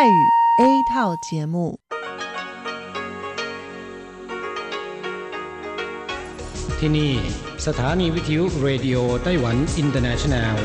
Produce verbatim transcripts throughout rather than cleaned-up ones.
语 A 套节目ที่นี่สถานีวิทยุเรดิโอไต้หวันอินเตอร์เนชั่นแนล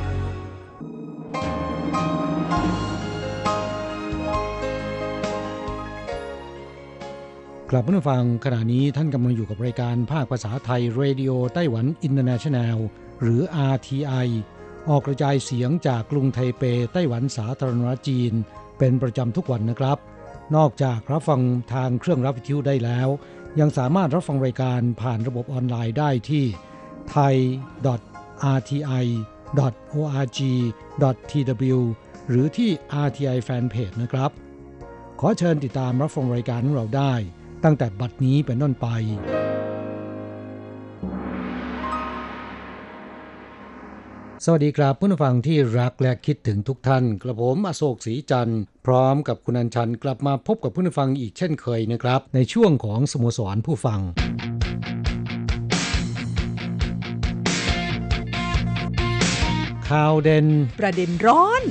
กลับมาฟังขณะนี้ท่านกำลังอยู่กับรายการภาคภาษาไทยเรดิโอไต้หวันอินเตอร์เนชั่นแนลหรือ อาร์ ที ไอ ออกกระจายเสียงจากกรุงไทเปไต้หวันสาธารณรัฐจีนเป็นประจำทุกวันนะครับนอกจากรับฟังทางเครื่องรับวิทยุได้แล้วยังสามารถรับฟังรายการผ่านระบบออนไลน์ได้ที่ ไทย ดอท อาร์ ที ไอ ดอท โอ อาร์ จี ดอท ที ดับเบิลยู หรือที่ อาร์ ที ไอ Fanpage นะครับขอเชิญติดตามรับฟังรายการของเราได้ตั้งแต่บัดนี้เป็นต้นไปสวัสดีครับผู้ฟังที่รักและคิดถึงทุกท่านกระผมอโศกศรีจันทร์พร้อมกับคุณอัญชันกลับมาพบกับผู้ฟังอีกเช่นเคยนะครับในช่วงของสโมสรผู้ฟังข่าวเด่นประเด็นร้อน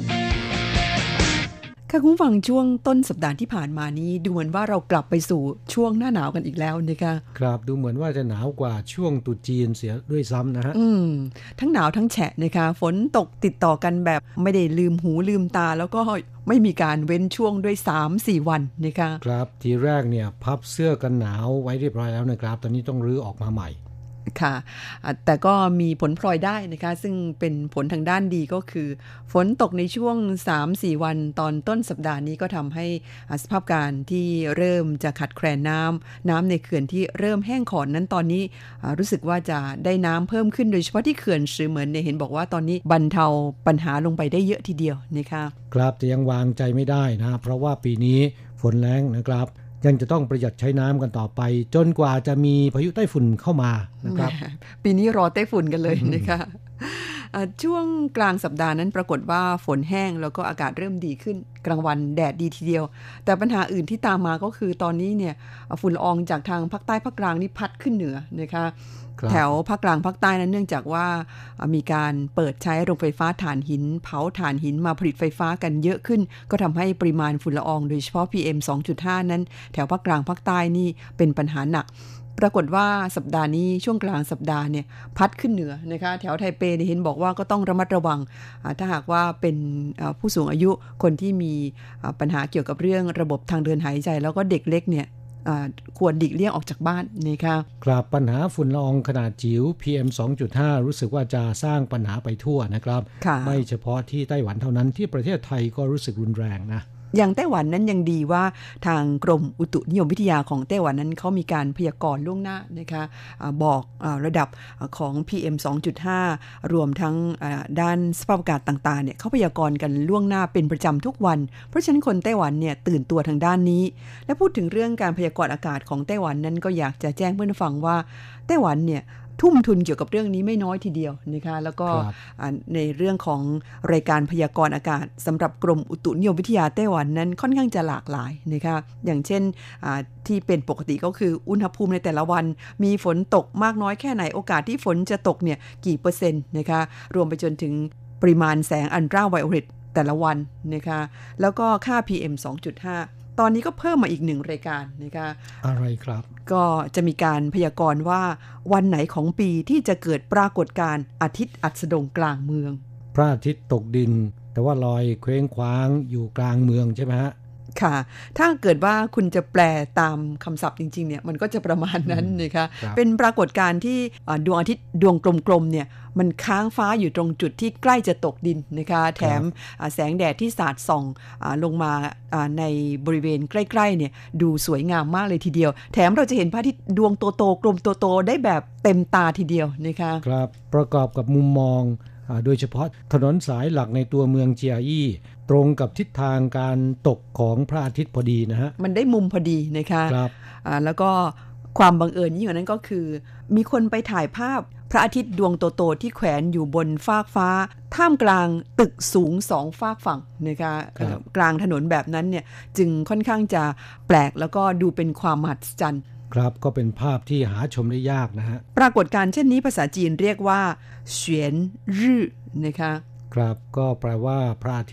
ค่ะคุณฟังช่วงต้นสัปดาห์ที่ผ่านมานี้ดูเหมือนว่าเรากลับไปสู่ช่วงหน้าหนาวกันอีกแล้วนะคะครับดูเหมือนว่าจะหนาวกว่าช่วงตรุษจีนเสียด้วยซ้ำนะฮะอืมทั้งหนาวทั้งแฉะนะคะฝนตกติดต่อกันแบบไม่ได้ลืมหูลืมตาแล้วก็ไม่มีการเว้นช่วงด้วย สามถึงสี่ วันนะคะครับทีแรกเนี่ยพับเสื้อกันหนาวไว้เรียบร้อยแล้วนะครับตอนนี้ต้องรื้อออกมาใหม่ค่ะแต่ก็มีผลพลอยได้นะคะซึ่งเป็นผลทางด้านดีก็คือฝนตกในช่วง สามถึงสี่ วันตอนต้นสัปดาห์นี้ก็ทำให้สภาพการที่เริ่มจะขาดแคลนน้ำน้ำในเขื่อนที่เริ่มแห้งขอดนั้นตอนนี้รู้สึกว่าจะได้น้ำเพิ่มขึ้นโดยเฉพาะที่เขื่อนซือเหมินเนี่ยเห็นบอกว่าตอนนี้บรรเทาปัญหาลงไปได้เยอะทีเดียวนะคะครับแต่ยังวางใจไม่ได้นะเพราะว่าปีนี้ฝนแล้งนะครับยังจะต้องประหยัดใช้น้ำกันต่อไปจนกว่าจะมีพายุไต้ฝุ่นเข้ามานะครับปีนี้รอไต้ฝุ่นกันเลยนะคะช่วงกลางสัปดาห์นั้นปรากฏว่าฝนแห้งแล้วก็อากาศเริ่มดีขึ้นกลางวันแดดดีทีเดียวแต่ปัญหาอื่นที่ตามมาก็คือตอนนี้เนี่ยฝุ่นละอองจากทางภาคใต้ภาคกลางนี่พัดขึ้นเหนือนะคะแถวภาคกลางภาคใต้นั้นเนื่องจากว่ามีการเปิดใช้โรงไฟฟ้าถ่านหินเผาถ่านหินมาผลิตไฟฟ้ากันเยอะขึ้นก็ทำให้ปริมาณฝุ่นละอองโดยเฉพาะ พี เอ็ม สองจุดห้า นั้นแถวภาคกลางภาคใต้นี่เป็นปัญหาหนักปรากฏว่าสัปดาห์นี้ช่วงกลางสัปดาห์เนี่ยพัดขึ้นเหนือนะคะแถวไทเปเห็นบอกว่าก็ต้องระมัดระวังถ้าหากว่าเป็นผู้สูงอายุคนที่มีปัญหาเกี่ยวกับเรื่องระบบทางเดินหายใจแล้วก็เด็กเล็กเนี่ยควรหลีกเลี่ยงออกจากบ้านนะคะครับปัญหาฝุ่นละอองขนาดจิ๋ว พี เอ็ม สองจุดห้า รู้สึกว่าจะสร้างปัญหาไปทั่วนะครับไม่เฉพาะที่ไต้หวันเท่านั้นที่ประเทศไทยก็รู้สึกรุนแรงนะอย่างไต้หวันนั้นยังดีว่าทางกรมอุตุนิยมวิทยาของไต้หวันนั้นเขามีการพยากรณ์ล่วงหน้านะคะบอกระดับของ พี เอ็ม สองจุดห้า รวมทั้งด้านสภาพอากาศต่างๆเนี่ยเขาพยากรณ์กันล่วงหน้าเป็นประจำทุกวันเพราะฉะนั้นคนไต้หวันเนี่ยตื่นตัวทางด้านนี้และพูดถึงเรื่องการพยากรณ์อากาศของไต้หวันนั้นก็อยากจะแจ้งเพื่อนฟังว่าไต้หวันเนี่ยทุ่มทุนเกี่ยวกับเรื่องนี้ไม่น้อยทีเดียวนะคะแล้วก็ในเรื่องของรายการพยากรณ์อากาศสำหรับกรมอุตุนิยมวิทยาไต้หวันนั้นค่อนข้างจะหลากหลายนะคะอย่างเช่นที่เป็นปกติก็คืออุณหภูมิในแต่ละวันมีฝนตกมากน้อยแค่ไหนโอกาสที่ฝนจะตกเนี่ยกี่เปอร์เซ็นต์นะคะรวมไปจนถึงปริมาณแสงอัลตราไวโอเลตแต่ละวันนะคะแล้วก็ค่า พี เอ็ม สองจุดห้าตอนนี้ก็เพิ่มมาอีกหนึ่งรายการนะคะอะไรครับก็จะมีการพยากรณ์ว่าวันไหนของปีที่จะเกิดปรากฏการณ์อาทิตย์อัสดงกลางเมืองพระอาทิตย์ตกดินแต่ว่าลอยเคว้งคว้างอยู่กลางเมืองใช่ไหมฮะค่ะถ้าเกิดว่าคุณจะแปลตามคำศัพท์จริงๆเนี่ยมันก็จะประมาณนั้นนะคะเป็นปรากฏการณ์ที่ดวงอาทิตย์ดวงกลมๆเนี่ยมันค้างฟ้าอยู่ตรงจุดที่ใกล้จะตกดินนะคะแถมแสงแดดที่สาดส่องลงมาในบริเวณใกล้ๆเนี่ยดูสวยงามมากเลยทีเดียวแถมเราจะเห็นพระอาทิตย์ดวงโตๆกลมโตๆได้แบบเต็มตาทีเดียวนะคะครับประกอบกับมุมมองโดยเฉพาะถนนสายหลักในตัวเมืองเจียอี้ตรงกับทิศทางการตกของพระอาทิตย์พอดีนะฮะมันได้มุมพอดีนะคะครับแล้วก็ความบังเอิญยิ่งกว่านั้นก็คือมีคนไปถ่ายภาพพระอาทิตย์ดวงโตๆที่แขวนอยู่บนฟากฟ้าท่ามกลางตึกสูงสองฟากฝั่งนะคะกลางถนนแบบนั้นเนี่ยจึงค่อนข้างจะแปลกแล้วก็ดูเป็นความมหัศจรรย์ครับก็เป็นภาพที่หาชมได้ยากนะฮะปรากฏการณ์เช่นนี้ภาษาจีนเรียกว่าเฉียนรื่อนะคะครับก็แปลว่าพระอาทิตย์แข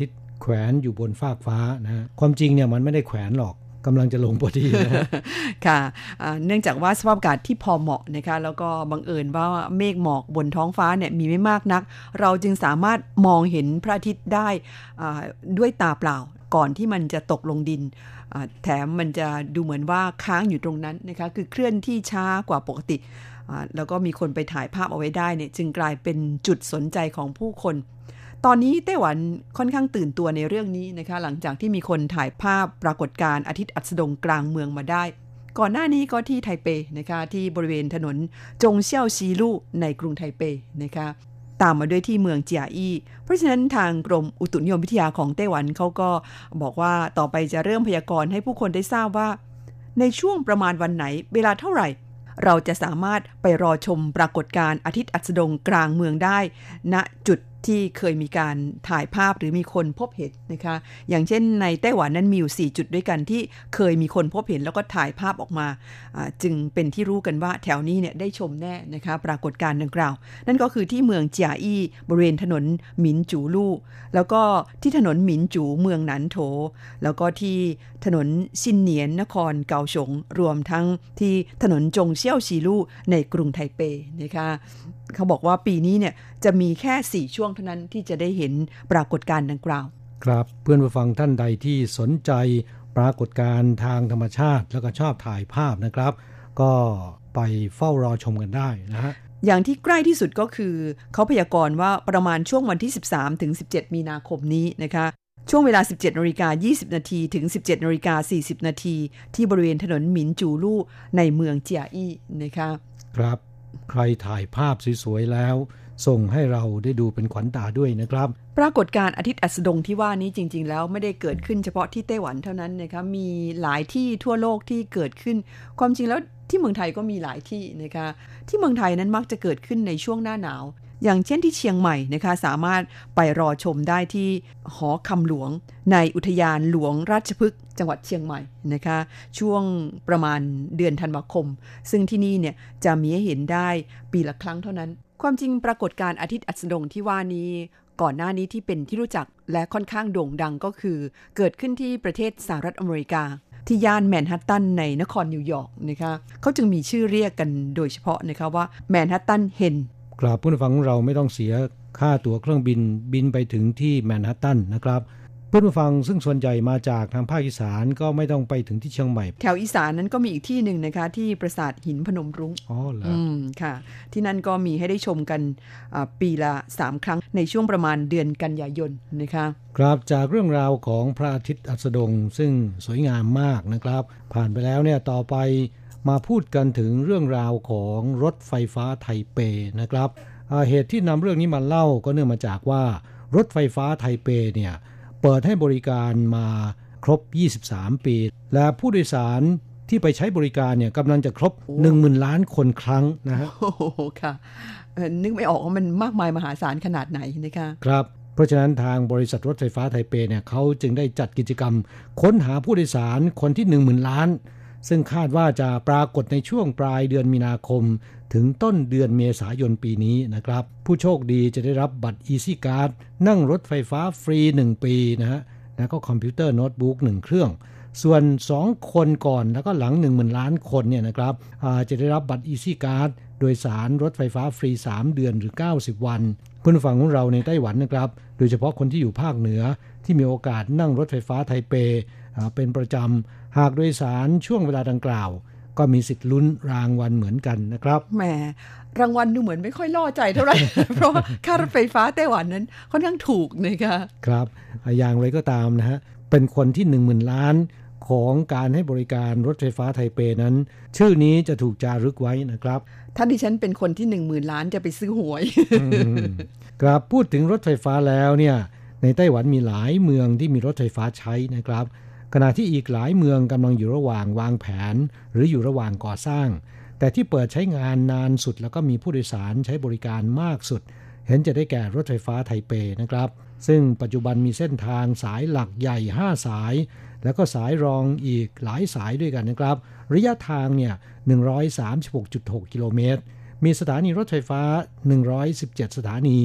ขวนอยู่บนฟากฟ้านะความจริงเนี่ยมันไม่ได้แขวนหรอกกำลังจะลงพอดีนะค่ะเนื่องจากว่าสภาพอากาศที่พอเหมาะนะคะแล้วก็บังเอิญว่าเมฆหมอกบนท้องฟ้าเนี่ยมีไม่มากนักเราจึงสามารถมองเห็นพระอาทิตย์ได้ด้วยตาเปล่าก่อนที่มันจะตกลงดินแถมมันจะดูเหมือนว่าค้างอยู่ตรงนั้นนะคะคือเคลื่อนที่ช้ากว่าปกติแล้วก็มีคนไปถ่ายภาพเอาไว้ได้เนี่ยจึงกลายเป็นจุดสนใจของผู้คนตอนนี้ไต้หวันค่อนข้างตื่นตัวในเรื่องนี้นะคะหลังจากที่มีคนถ่ายภาพปรากฏการณ์อาทิตย์อัสดงกลางเมืองมาได้ก่อนหน้านี้ก็ที่ไทเปนะคะที่บริเวณถนนจงเซี่ยวซีลู่ในกรุงไทเปนะคะตามมาด้วยที่เมืองเจียอี้เพราะฉะนั้นทางกรมอุตุนิยมวิทยาของไต้หวันเขาก็บอกว่าต่อไปจะเริ่มพยากรณ์ให้ผู้คนได้ทราบว่าในช่วงประมาณวันไหนเวลาเท่าไหร่เราจะสามารถไปรอชมปรากฏการณ์อาทิตย์อัสดงกลางเมืองได้ณจุดที่เคยมีการถ่ายภาพหรือมีคนพบเห็นนะคะอย่างเช่นในไต้หวันนั้นมีอยู่สี่จุดด้วยกันที่เคยมีคนพบเห็นแล้วก็ถ่ายภาพออกมาจึงเป็นที่รู้กันว่าแถวนี้เนี่ยได้ชมแน่นะคะปรากฏการณ์ดังกล่าวนั่นก็คือที่เมืองเจียอี้บริเวณถนนหมินจูลู่แล้วก็ที่ถนนหมินจูเมืองหนานโถแล้วก็ที่ถนนซินเหนียนนครเกาสงรวมทั้งที่ถนนจงเซี่ยวซีลู่ในกรุงไทเปนะคะเขาบอกว่าปีนี้เนี่ยจะมีแค่สี่ช่วงเท่านั้นที่จะได้เห็นปรากฏการณ์ดังกล่าวครับเพื่อนผู้ฟังท่านใดที่สนใจปรากฏการณ์ทางธรรมชาติแล้วก็ชอบถ่ายภาพนะครับก็ไปเฝ้ารอชมกันได้นะฮะอย่างที่ใกล้ที่สุดก็คือเขาพยากรณ์ว่าประมาณช่วงวันที่สิบสามถึงสิบเจ็ดมีนาคมนี้นะคะช่วงเวลา สิบเจ็ดนาฬิกายี่สิบนาทีถึง สิบเจ็ดนาฬิกาสี่สิบนาทีที่บริเวณถนนหมินจูลู่ในเมืองเจียอี้นะคะครับใครถ่ายภาพสวยๆแล้วส่งให้เราได้ดูเป็นขวัญตาด้วยนะครับปรากฏการณ์อาทิตย์อัสดงที่ว่านี้จริงๆแล้วไม่ได้เกิดขึ้นเฉพาะที่ไต้หวันเท่านั้นนะคะมีหลายที่ทั่วโลกที่เกิดขึ้นความจริงแล้วที่เมืองไทยก็มีหลายที่นะคะที่เมืองไทยนั้นมักจะเกิดขึ้นในช่วงหน้าหนาวอย่างเช่นที่เชียงใหม่นะคะสามารถไปรอชมได้ที่หอคำหลวงในอุทยานหลวงราชพฤกษ์จังหวัดเชียงใหม่นะคะช่วงประมาณเดือนธันวาคมซึ่งที่นี่เนี่ยจะมีให้เห็นได้ปีละครั้งเท่านั้นความจริงปรากฏการณ์อาทิตย์อัสดงที่ว่านี้ก่อนหน้านี้ที่เป็นที่รู้จักและค่อนข้างโด่งดังก็คือเกิดขึ้นที่ประเทศสหรัฐอเมริกาที่ย่านแมนฮัตตันในนครนิวยอร์กนะคะเขาจึงมีชื่อเรียกกันโดยเฉพาะนะคะว่าแมนฮัตตันเฮนกราบผู้ฟังเราไม่ต้องเสียค่าตั๋วเครื่องบินบินไปถึงที่แมนฮัตตันนะครับเพื่อนผู้ฟังซึ่งส่วนใหญ่มาจากทางภาคอีสานก็ไม่ต้องไปถึงที่เชียงใหม่แถวอีสานนั้นก็มีอีกที่หนึ่งนะคะที่ปราสาทหินพนมรุ้งอ๋อเหรออืมค่ะที่นั่นก็มีให้ได้ชมกันปีละสามครั้งในช่วงประมาณเดือนกันยายนนะคะครับจากเรื่องราวของพระอาทิตย์อัสดงซึ่งสวยงามมากนะครับผ่านไปแล้วเนี่ยต่อไปมาพูดกันถึงเรื่องราวของรถไฟฟ้าไทเปนะครับเหตุที่นำเรื่องนี้มาเล่าก็เนื่องมาจากว่ารถไฟฟ้าไทเปเนี่ยเปิดให้บริการมาครบยี่สิบสามปีและผู้โดยสารที่ไปใช้บริการเนี่ยกำลังจะครบ หนึ่งหมื่น ล้านคนครั้งนะฮะโอ้โหค่ะนึกไม่ออกว่ามันมากมายมหาศาลขนาดไหนนะคะครับเพราะฉะนั้นทางบริษัทรถไฟฟ้าไทเปเนี่ยเขาจึงได้จัดกิจกรรมค้นหาผู้โดยสารคนที่ หนึ่งหมื่น ล้านซึ่งคาดว่าจะปรากฏในช่วงปลายเดือนมีนาคมถึงต้นเดือนเมษายนปีนี้นะครับผู้โชคดีจะได้รับบัตร Easy Card นั่งรถไฟฟ้าฟรีหนึ่งปีนะฮะแล้วก็คอมพิวเตอร์โน้ตบุ๊กหนึ่งเครื่องส่วนสองคนก่อนแล้วก็หลัง หนึ่งหมื่น ล้านคนเนี่ยนะครับจะได้รับบัตร Easy Card โดยสารรถไฟฟ้าฟรีสามเดือนหรือเก้าสิบวันเพื่อนฝั่งของเราในไต้หวันนะครับโดยเฉพาะคนที่อยู่ภาคเหนือที่มีโอกาสนั่งรถไฟฟ้าไทเปเป็นประจำหากโดยสารช่วงเวลาดังกล่าวก็มีสิทธิ์ลุ้นรางวัลเหมือนกันนะครับแหมรางวัลดูเหมือนไม่ค่อยล่อใจเท่าไหร่ เพราะว่าค่ารถไฟฟ้าไต้หวันนั้นค่อนข้างถูกนะคะครับอย่างไรก็ตามนะฮะเป็นคนที่ หนึ่งหมื่น ล้านของการให้บริการรถไฟฟ้าไทเปนั้นชื่อนี้จะถูกจารึกไว้นะครับถ้าดิฉันเป็นคนที่ หนึ่งหมื่น ล้านจะไปซื้อหวยครับพูดถึงรถไฟฟ้าแล้วเนี่ยในไต้หวันมีหลายเมืองที่มีรถไฟฟ้าใช้นะครับขณะที่อีกหลายเมืองกำลังอยู่ระหว่างวางแผนหรืออยู่ระหว่างก่อสร้างแต่ที่เปิดใช้งานนานสุดแล้วก็มีผู้โดยสารใช้บริการมากสุดเห็นจะได้แก่รถไฟฟ้าไทเปนะครับซึ่งปัจจุบันมีเส้นทางสายหลักใหญ่ห้าสายแล้วก็สายรองอีกหลายสายด้วยกันนะครับระยะทางเนี่ย หนึ่งร้อยสามสิบหกจุดหก กิโลเมตรมีสถานีรถไฟฟ้าหนึ่งร้อยสิบเจ็ดสถานี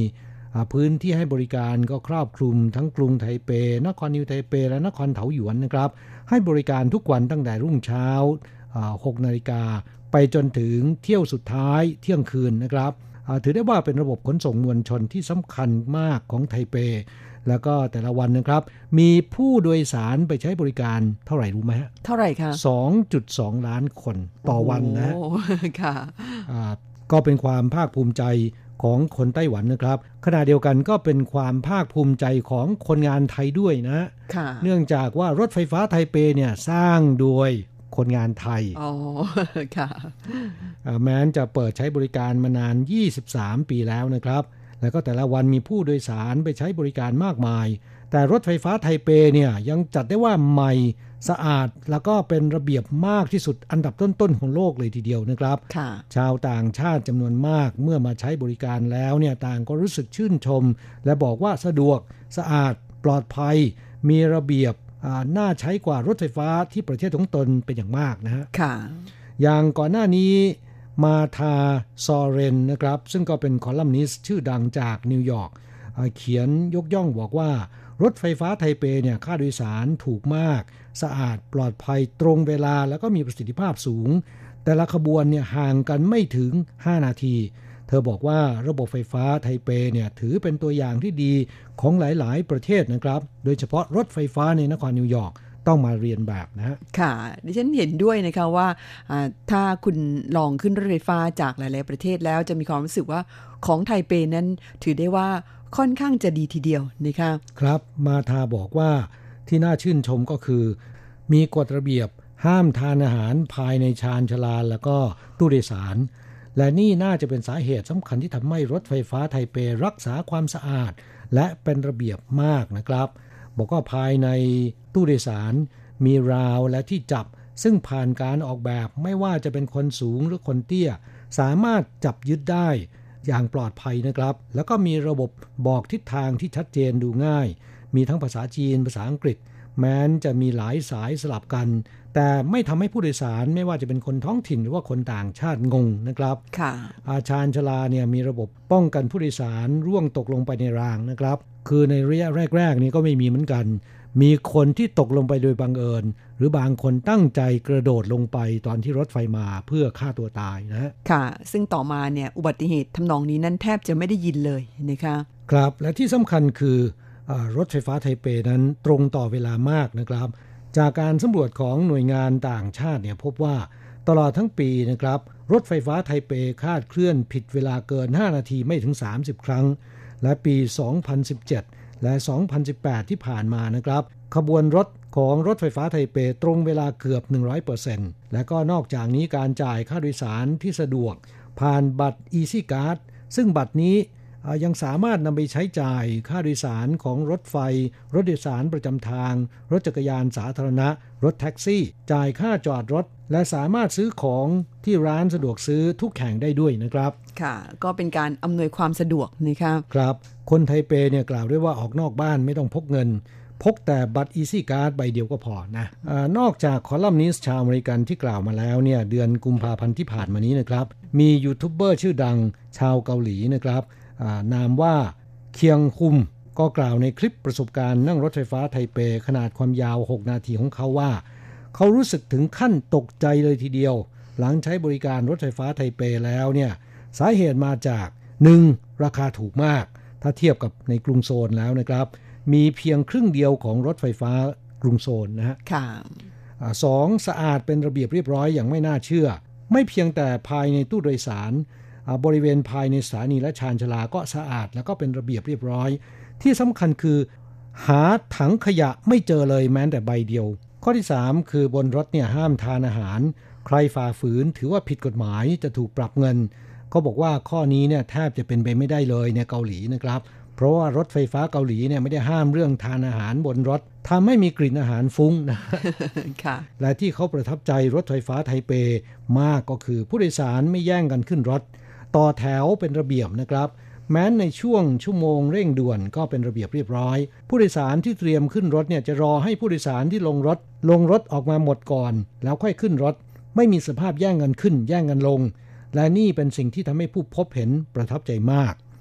พื้นที่ให้บริการก็ครอบคลุมทั้งกรุงไทเปนครนิวไทเปและนครเถาหยวนนะครับให้บริการทุกวันตั้งแต่รุ่งเช้าหกนาฬิกาไปจนถึงเที่ยวสุดท้ายเที่ยงคืนนะครับถือได้ว่าเป็นระบบขนส่งมวลชนที่สำคัญมากของไทเปแล้วก็แต่ละวันนะครับมีผู้โดยสารไปใช้บริการเท่าไหร่รู้ไหมฮะเท่าไหร่คะสองจุดสอง ล้านคนต่อวันนะค่ะก็เป็นความภาคภูมิใจของคนไต้หวันนะครับขณะเดียวกันก็เป็นความภาคภูมิใจของคนงานไทยด้วยนะเนื่องจากว่ารถไฟฟ้าไทเปเนี่ยสร้างโดยคนงานไทยอ๋อค่ะแม้จะเปิดใช้บริการมานานยี่สิบสามปีแล้วนะครับแล้วก็แต่ละวันมีผู้โดยสารไปใช้บริการมากมายแต่รถไฟฟ้าไทเปเนี่ยยังจัดได้ว่าใหม่สะอาดแล้วก็เป็นระเบียบมากที่สุดอันดับต้นๆของโลกเลยทีเดียวนะครับชาวต่างชาติจำนวนมากเมื่อมาใช้บริการแล้วเนี่ยต่างก็รู้สึกชื่นชมและบอกว่าสะดวกสะอาดปลอดภัยมีระเบียบน่าใช้กว่ารถไฟฟ้าที่ประเทศของตนเป็นอย่างมากนะฮะอย่างก่อนหน้านี้มาธาซอเรนนะครับซึ่งก็เป็นคอลัมนิสต์ชื่อดังจากนิวยอร์กเขียนยกย่องบอกว่ารถไฟฟ้าไทเปเนี่ยค่าโดยสารถูกมากสะอาดปลอดภัยตรงเวลาแล้วก็มีประสิทธิภาพสูงแต่ละขบวนเนี่ยห่างกันไม่ถึงห้านาทีเธอบอกว่าระบบไฟฟ้าไทเปเนี่ยถือเป็นตัวอย่างที่ดีของหลายๆประเทศนะครับโดยเฉพาะรถไฟฟ้าในนครนิวยอร์กต้องมาเรียนแบบนะค่ะดิฉันเห็นด้วยนะคะว่าถ้าคุณลองขึ้นรถไฟฟ้าจากหลายๆประเทศแล้วจะมีความรู้สึกว่าของไทเปนั้นถือได้ว่าค่อนข้างจะดีทีเดียวนะคะครับมาธาบอกว่าที่น่าชื่นชมก็คือมีกฎระเบียบห้ามทานอาหารภายในชานชาลาแล้วก็ตู้โดยสารและนี่น่าจะเป็นสาเหตุสำคัญที่ทำให้รถไฟฟ้าไทเปรักษาความสะอาดและเป็นระเบียบมากนะครับบอกว่าภายในตู้โดยสารมีราวและที่จับซึ่งผ่านการออกแบบไม่ว่าจะเป็นคนสูงหรือคนเตี้ยสามารถจับยึดได้อย่างปลอดภัยนะครับแล้วก็มีระบบบอกทิศทางที่ชัดเจนดูง่ายมีทั้งภาษาจีนภาษาอังกฤษแม้นจะมีหลายสายสลับกันแต่ไม่ทำให้ผู้โดยสารไม่ว่าจะเป็นคนท้องถิ่นหรือว่าคนต่างชาติงงนะครับค่ะอาชานชลาเนี่ยมีระบบป้องกันผู้โดยสารร่วงตกลงไปในรางนะครับคือในระยะแรกๆนี้ก็ไม่มีเหมือนกันมีคนที่ตกลงไปโดยบังเอิญหรือบางคนตั้งใจกระโดดลงไปตอนที่รถไฟมาเพื่อฆ่าตัวตายนะค่ะซึ่งต่อมาเนี่ยอุบัติเหตุทำนองนี้นั้นแทบจะไม่ได้ยินเลยนะคะครับและที่สำคัญคือรถไฟฟ้าไทเปนั้นตรงต่อเวลามากนะครับจากการสำรวจของหน่วยงานต่างชาติเนี่ยพบว่าตลอดทั้งปีนะครับรถไฟฟ้าไทเปคลาดเคลื่อนผิดเวลาเกินห้านาทีไม่ถึงสามสิบครั้งและปีสองพันสิบเจ็ดและสองพันสิบแปดที่ผ่านมานะครับขบวนรถของรถไฟฟ้าไทเปตรงเวลาเกือบ หนึ่งร้อยเปอร์เซ็นต์ และก็นอกจากนี้การจ่ายค่าโดยสารที่สะดวกผ่านบัตร Easy Card ซึ่งบัตรนี้ยังสามารถนำไปใช้จ่ายค่าโดยสารของรถไฟรถโดยสารประจำทางรถจักรยานสาธารณะรถแท็กซี่จ่ายค่าจอดรถและสามารถซื้อของที่ร้านสะดวกซื้อทุกแห่งได้ด้วยนะครับค่ะก็เป็นการอำนวยความสะดวกนะครับครับคนไทเปเนี่ยกล่าวด้วยว่าออกนอกบ้านไม่ต้องพกเงินพกแต่บัตร Easy Card ใบเดียวก็พอนะอานอกจากคอลัมนิสต์ชาวอเมริกันที่กล่าวมาแล้วเนี่ยเดือนกุมภาพันธ์ที่ผ่านมานี้นะครับมียูทูบเบอร์ชื่อดังชาวเกาหลีนะครับนามว่าเคียงคุมก็กล่าวในคลิปประสบการณ์นั่งรถไฟฟ้าไทเปขนาดความยาวหกนาทีของเขาว่าเขารู้สึกถึงขั้นตกใจเลยทีเดียวหลังใช้บริการรถไฟฟ้าไทเปแล้วเนี่ยสาเหตุมาจาก หนึ่ง ราคาถูกมากถ้าเทียบกับในกรุงโซลแล้วนะครับมีเพียงครึ่งเดียวของรถไฟฟ้ากรุงโซลนะฮะค่ะสองสะอาดเป็นระเบียบเรียบร้อยอย่างไม่น่าเชื่อไม่เพียงแต่ภายในตู้โดยสารบริเวณภายในสถานีและชานชาลาก็สะอาดแล้วก็เป็นระเบียบเรียบร้อยที่สำคัญคือหาถังขยะไม่เจอเลยแม้แต่ใบเดียวข้อที่สามคือบนรถเนี่ยห้ามทานอาหารใครฝ่าฝืนถือว่าผิดกฎหมายจะถูกปรับเงินเขาบอกว่าข้อนี้เนี่ยแทบจะเป็นไปไม่ได้เลยในเกาหลีนะครับเพราะว่ารถไฟฟ้าเกาหลีเนี่ยไม่ได้ห้ามเรื่องทานอาหารบนรถทำให้มีกลิ่นอาหารฟุ้งนะ และที่เขาประทับใจรถไฟฟ้าไทเปมากก็คือผู้โดยสารไม่แย่งกันขึ้นรถต่อแถวเป็นระเบียบนะครับแม้ในช่วงชั่วโมงเร่งด่วนก็เป็นระเบียบเรียบร้อยผู้โดยสารที่เตรียมขึ้นรถเนี่ยจะรอให้ผู้โดยสารที่ลงรถลงรถออกมาหมดก่อนแล้วค่อยขึ้นรถไม่มีสภาพแย่งกันขึ้นแย่งกันลงและนี่เป็นสิ่งที่ทำให้ผู้พบเห็นประทับใจมาก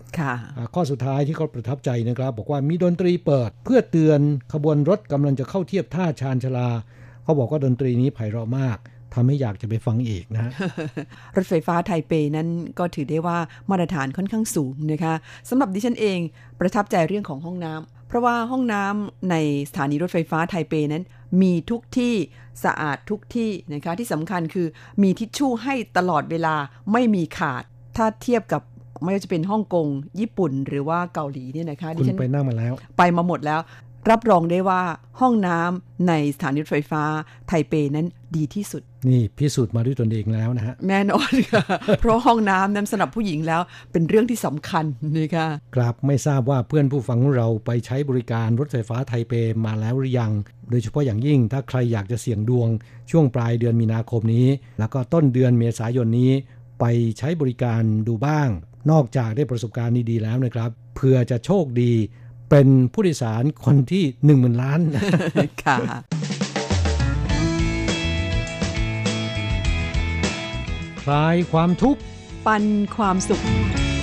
ค่ะข้อสุดท้ายที่เขาประทับใจนะครับบอกว่ามีดนตรีเปิดเพื่อเตือนขบวนรถกำลังจะเข้าเทียบท่าชานชลาเขาบอกว่าดนตรีนี้ไพเราะมากทำให้อยากจะไปฟังอีกนะรถไฟฟ้าไทเปนั้นก็ถือได้ว่ามาตรฐานค่อนข้างสูงนะคะสำหรับดิฉันเองประทับใจเรื่องของห้องน้ำเพราะว่าห้องน้ำในสถานีรถไฟฟ้าไทเปนั้นมีทุกที่สะอาดทุกที่นะคะที่สำคัญคือมีทิชชู่ให้ตลอดเวลาไม่มีขาดถ้าเทียบกับไม่ว่าจะเป็นฮ่องกงญี่ปุ่นหรือว่าเกาหลีเนี่ยนะคะคุณไปนั่งมาแล้วไปมาหมดแล้วรับรองได้ว่าห้องน้ำในสถานีรถไฟฟ้าไทเปนั้นดีที่สุดนี่พิสูจน์มาด้วยตนเองแล้วนะฮะแน่นอนค่ะ เพราะห้องน้ำนั้นสำหรับผู้หญิงแล้วเป็นเรื่องที่สำคัญนะคะครับไม่ทราบว่าเพื่อนผู้ฟังของเราไปใช้บริการรถไฟฟ้าไทเปมาแล้วหรือยังโดยเฉพาะอย่างยิ่งถ้าใครอยากจะเสี่ยงดวงช่วงปลายเดือนมีนาคมนี้แล้วก็ต้นเดือนเมษายนนี้ไปใช้บริการดูบ้างนอกจากได้ประสบการณ์ดีๆแล้วนะครับเพื่อจะโชคดีเป็นผู้โดยสารคนที่ หนึ่งหมื่น ล้านค่ะคลายความทุกข์ปันความสุข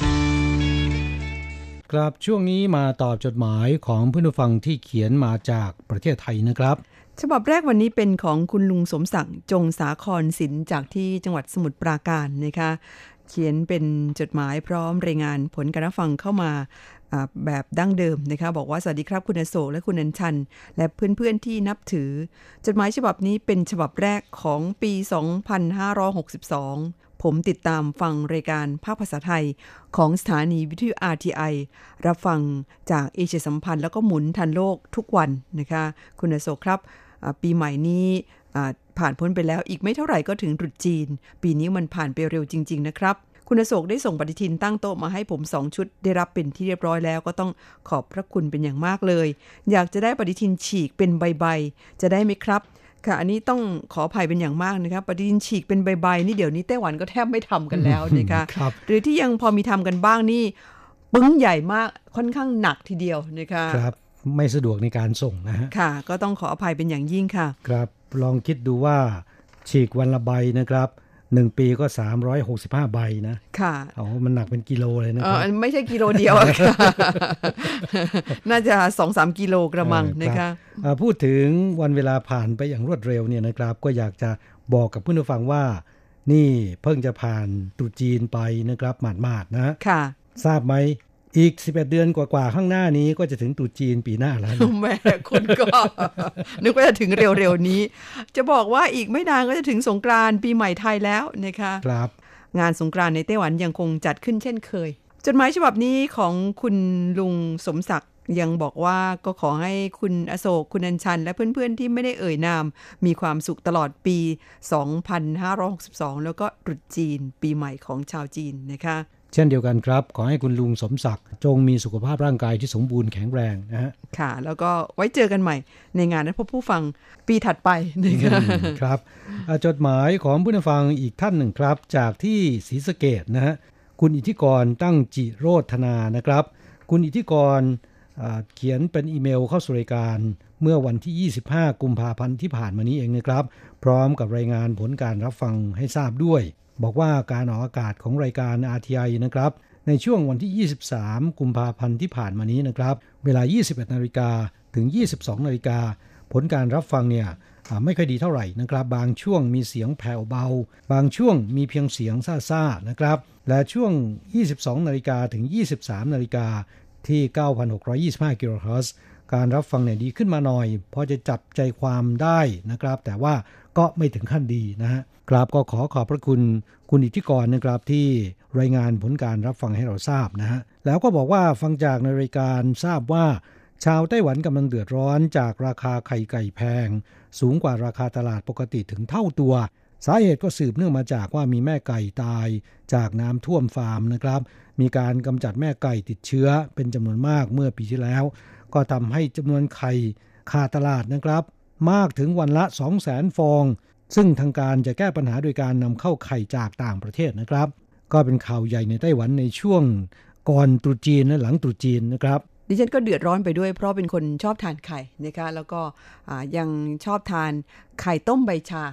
ครับช่วงนี้มาตอบจดหมายของผู้ฟังที่เขียนมาจากประเทศไทยนะครับฉบับแรกวันนี้เป็นของคุณลุงสมศักดิ์จงสาครศิลป์จากที่จังหวัดสมุทรปราการนะคะเขียนเป็นจดหมายพร้อมรายงานผลการรับฟังเข้ามาแบบดั้งเดิมนะคะบอกว่าสวัสดีครับคุณอโศกและคุณอัญชันและเพื่อนๆที่นับถือจดหมายฉบับนี้เป็นฉบับแรกของปี สองพันห้าร้อยหกสิบสอง ผมติดตามฟังรายการภาคภาษาไทยของสถานีวิทยุ อาร์ ที ไอ รับฟังจากเอเชียสัมพันธ์แล้วก็หมุนทันโลกทุกวันนะคะคุณอโศกครับปีใหม่นี้ผ่านพ้นไปแล้วอีกไม่เท่าไหร่ก็ถึงตรุษจีนปีนี้มันผ่านไปเร็วจริงๆนะครับคุณอโศกได้ส่งปฏิทินตั้งโต๊ะมาให้ผมสองชุดได้รับเป็นที่เรียบร้อยแล้วก็ต้องขอบพระคุณเป็นอย่างมากเลยอยากจะได้ปฏิทินฉีกเป็นใบๆจะได้ไหมครับค่ะอันนี้ต้องขออภัยเป็นอย่างมากนะครับปฏิทินฉีกเป็นใบๆนี่เดี๋ยวนี้ไต้หวันก็แทบไม่ทำกันแล้วนะคะหรือที่ยังพอมีทำกันบ้างนี่ปึ้งใหญ่มากค่อนข้างหนักทีเดียวนะคะครับไม่สะดวกในการส่งนะฮะค่ะก็ต้องขออภัยเป็นอย่างยิ่งค่ะครับลองคิดดูว่าฉีกวันละใบนะครับหนึ่งปีก็สามร้อยหกสิบห้าใบนะค่ะอ๋อมันหนักเป็นกิโลเลยนะครับไม่ใช่กิโลเดียวค่ะน่าจะ สองถึงสาม กิโลกระมังนะคะพูดถึงวันเวลาผ่านไปอย่างรวดเร็วเนี่ยนะครับก็อยากจะบอกกับผู้ฟังว่านี่เพิ่งจะผ่านตรุษจีนไปนะครับหมาดๆนะค่ะทราบไหมอีกสิบเอ็ดเดือนกว่าๆข้างหน้านี้ก็จะถึงตรุษจีนปีหน้าแล้วแม่คุณก็ นึกว่าจะถึงเร็วๆนี้จะบอกว่าอีกไม่นานก็จะถึงสงกรานต์ปีใหม่ไทยแล้วนะคะครับงานสงกรานต์ในไต้หวันยังคงจัดขึ้นเช่นเคยจดหมายฉบับนี้ของคุณลุงสมศักดิ์ยังบอกว่าก็ขอให้คุณอโศกคุณอัญชันและเพื่อนๆที่ไม่ได้เอ่ยนามมีความสุขตลอดปีสองพันห้าร้อยหกสิบสองแล้วก็ตรุษจีนปีใหม่ของชาวจีนนะคะเช่นเดียวกันครับขอให้คุณลุงสมศักดิ์จงมีสุขภาพร่างกายที่สมบูรณ์แข็งแรงนะฮะค่ะแล้วก็ไว้เจอกันใหม่ในงานนั้นพบผู้ฟังปีถัดไปนะคะครับจดหมายของผู้ฟังอีกท่านหนึ่งครับจากที่ศรีสะเกษนะฮะคุณอิทธิกรตั้งจิโรธนานะครับคุณอิทธิกรเขียนเป็นอีเมลเข้าสู่รายการเมื่อวันที่ยี่สิบห้ากุมภาพันธ์ที่ผ่านมานี้เองนะครับพร้อมกับรายงานผลการรับฟังให้ทราบด้วยบอกว่าการออกอากาศของรายการ อาร์ ที ไอ นะครับในช่วงวันที่ยี่สิบสามกุมภาพันธ์ที่ผ่านมานี้นะครับเวลา ยี่สิบเอ็ดนาฬิกา ถึง ยี่สิบสองนาฬิกาผลการรับฟังเนี่ยไม่ค่อยดีเท่าไหร่นะครับบางช่วงมีเสียงแผ่วเบาบางช่วงมีเพียงเสียงซ่าๆนะครับและช่วง ยี่สิบสองนาฬิกา ถึง ยี่สิบสามนาฬิกาที่ เก้าพันหกร้อยยี่สิบห้า กิโลเฮิรตซ์การรับฟังเนี่ยดีขึ้นมาหน่อยพอจะจับใจความได้นะครับแต่ว่าก็ไม่ถึงขั้นดีนะฮะครับก็ขอขอบพระคุณคุณอิทธิกรนะครับที่รายงานผลการรับฟังให้เราทราบนะฮะแล้วก็บอกว่าฟังจากในรายการทราบว่าชาวไต้หวันกำลังเดือดร้อนจากราคาไข่ไก่แพงสูงกว่าราคาตลาดปกติถึงเท่าตัวสาเหตุก็สืบเนื่องมาจากว่ามีแม่ไก่ตายจากน้ำท่วมฟาร์มนะครับมีการกำจัดแม่ไก่ติดเชื้อเป็นจำนวนมากเมื่อปีที่แล้วก็ทำให้จำนวนไข่ขาดตลาดนะครับมากถึงวันละ สองแสน ฟองซึ่งทางการจะแก้ปัญหาโดยการนำเข้าไข่จากต่างประเทศนะครับก็เป็นข่าวใหญ่ในไต้หวันในช่วงก่อนตรุษจีนและหลังตรุษจีนนะครับดิฉันก็เดือดร้อนไปด้วยเพราะเป็นคนชอบทานไข่นะคะแล้วก็ยังชอบทานไข่ต้มใบชา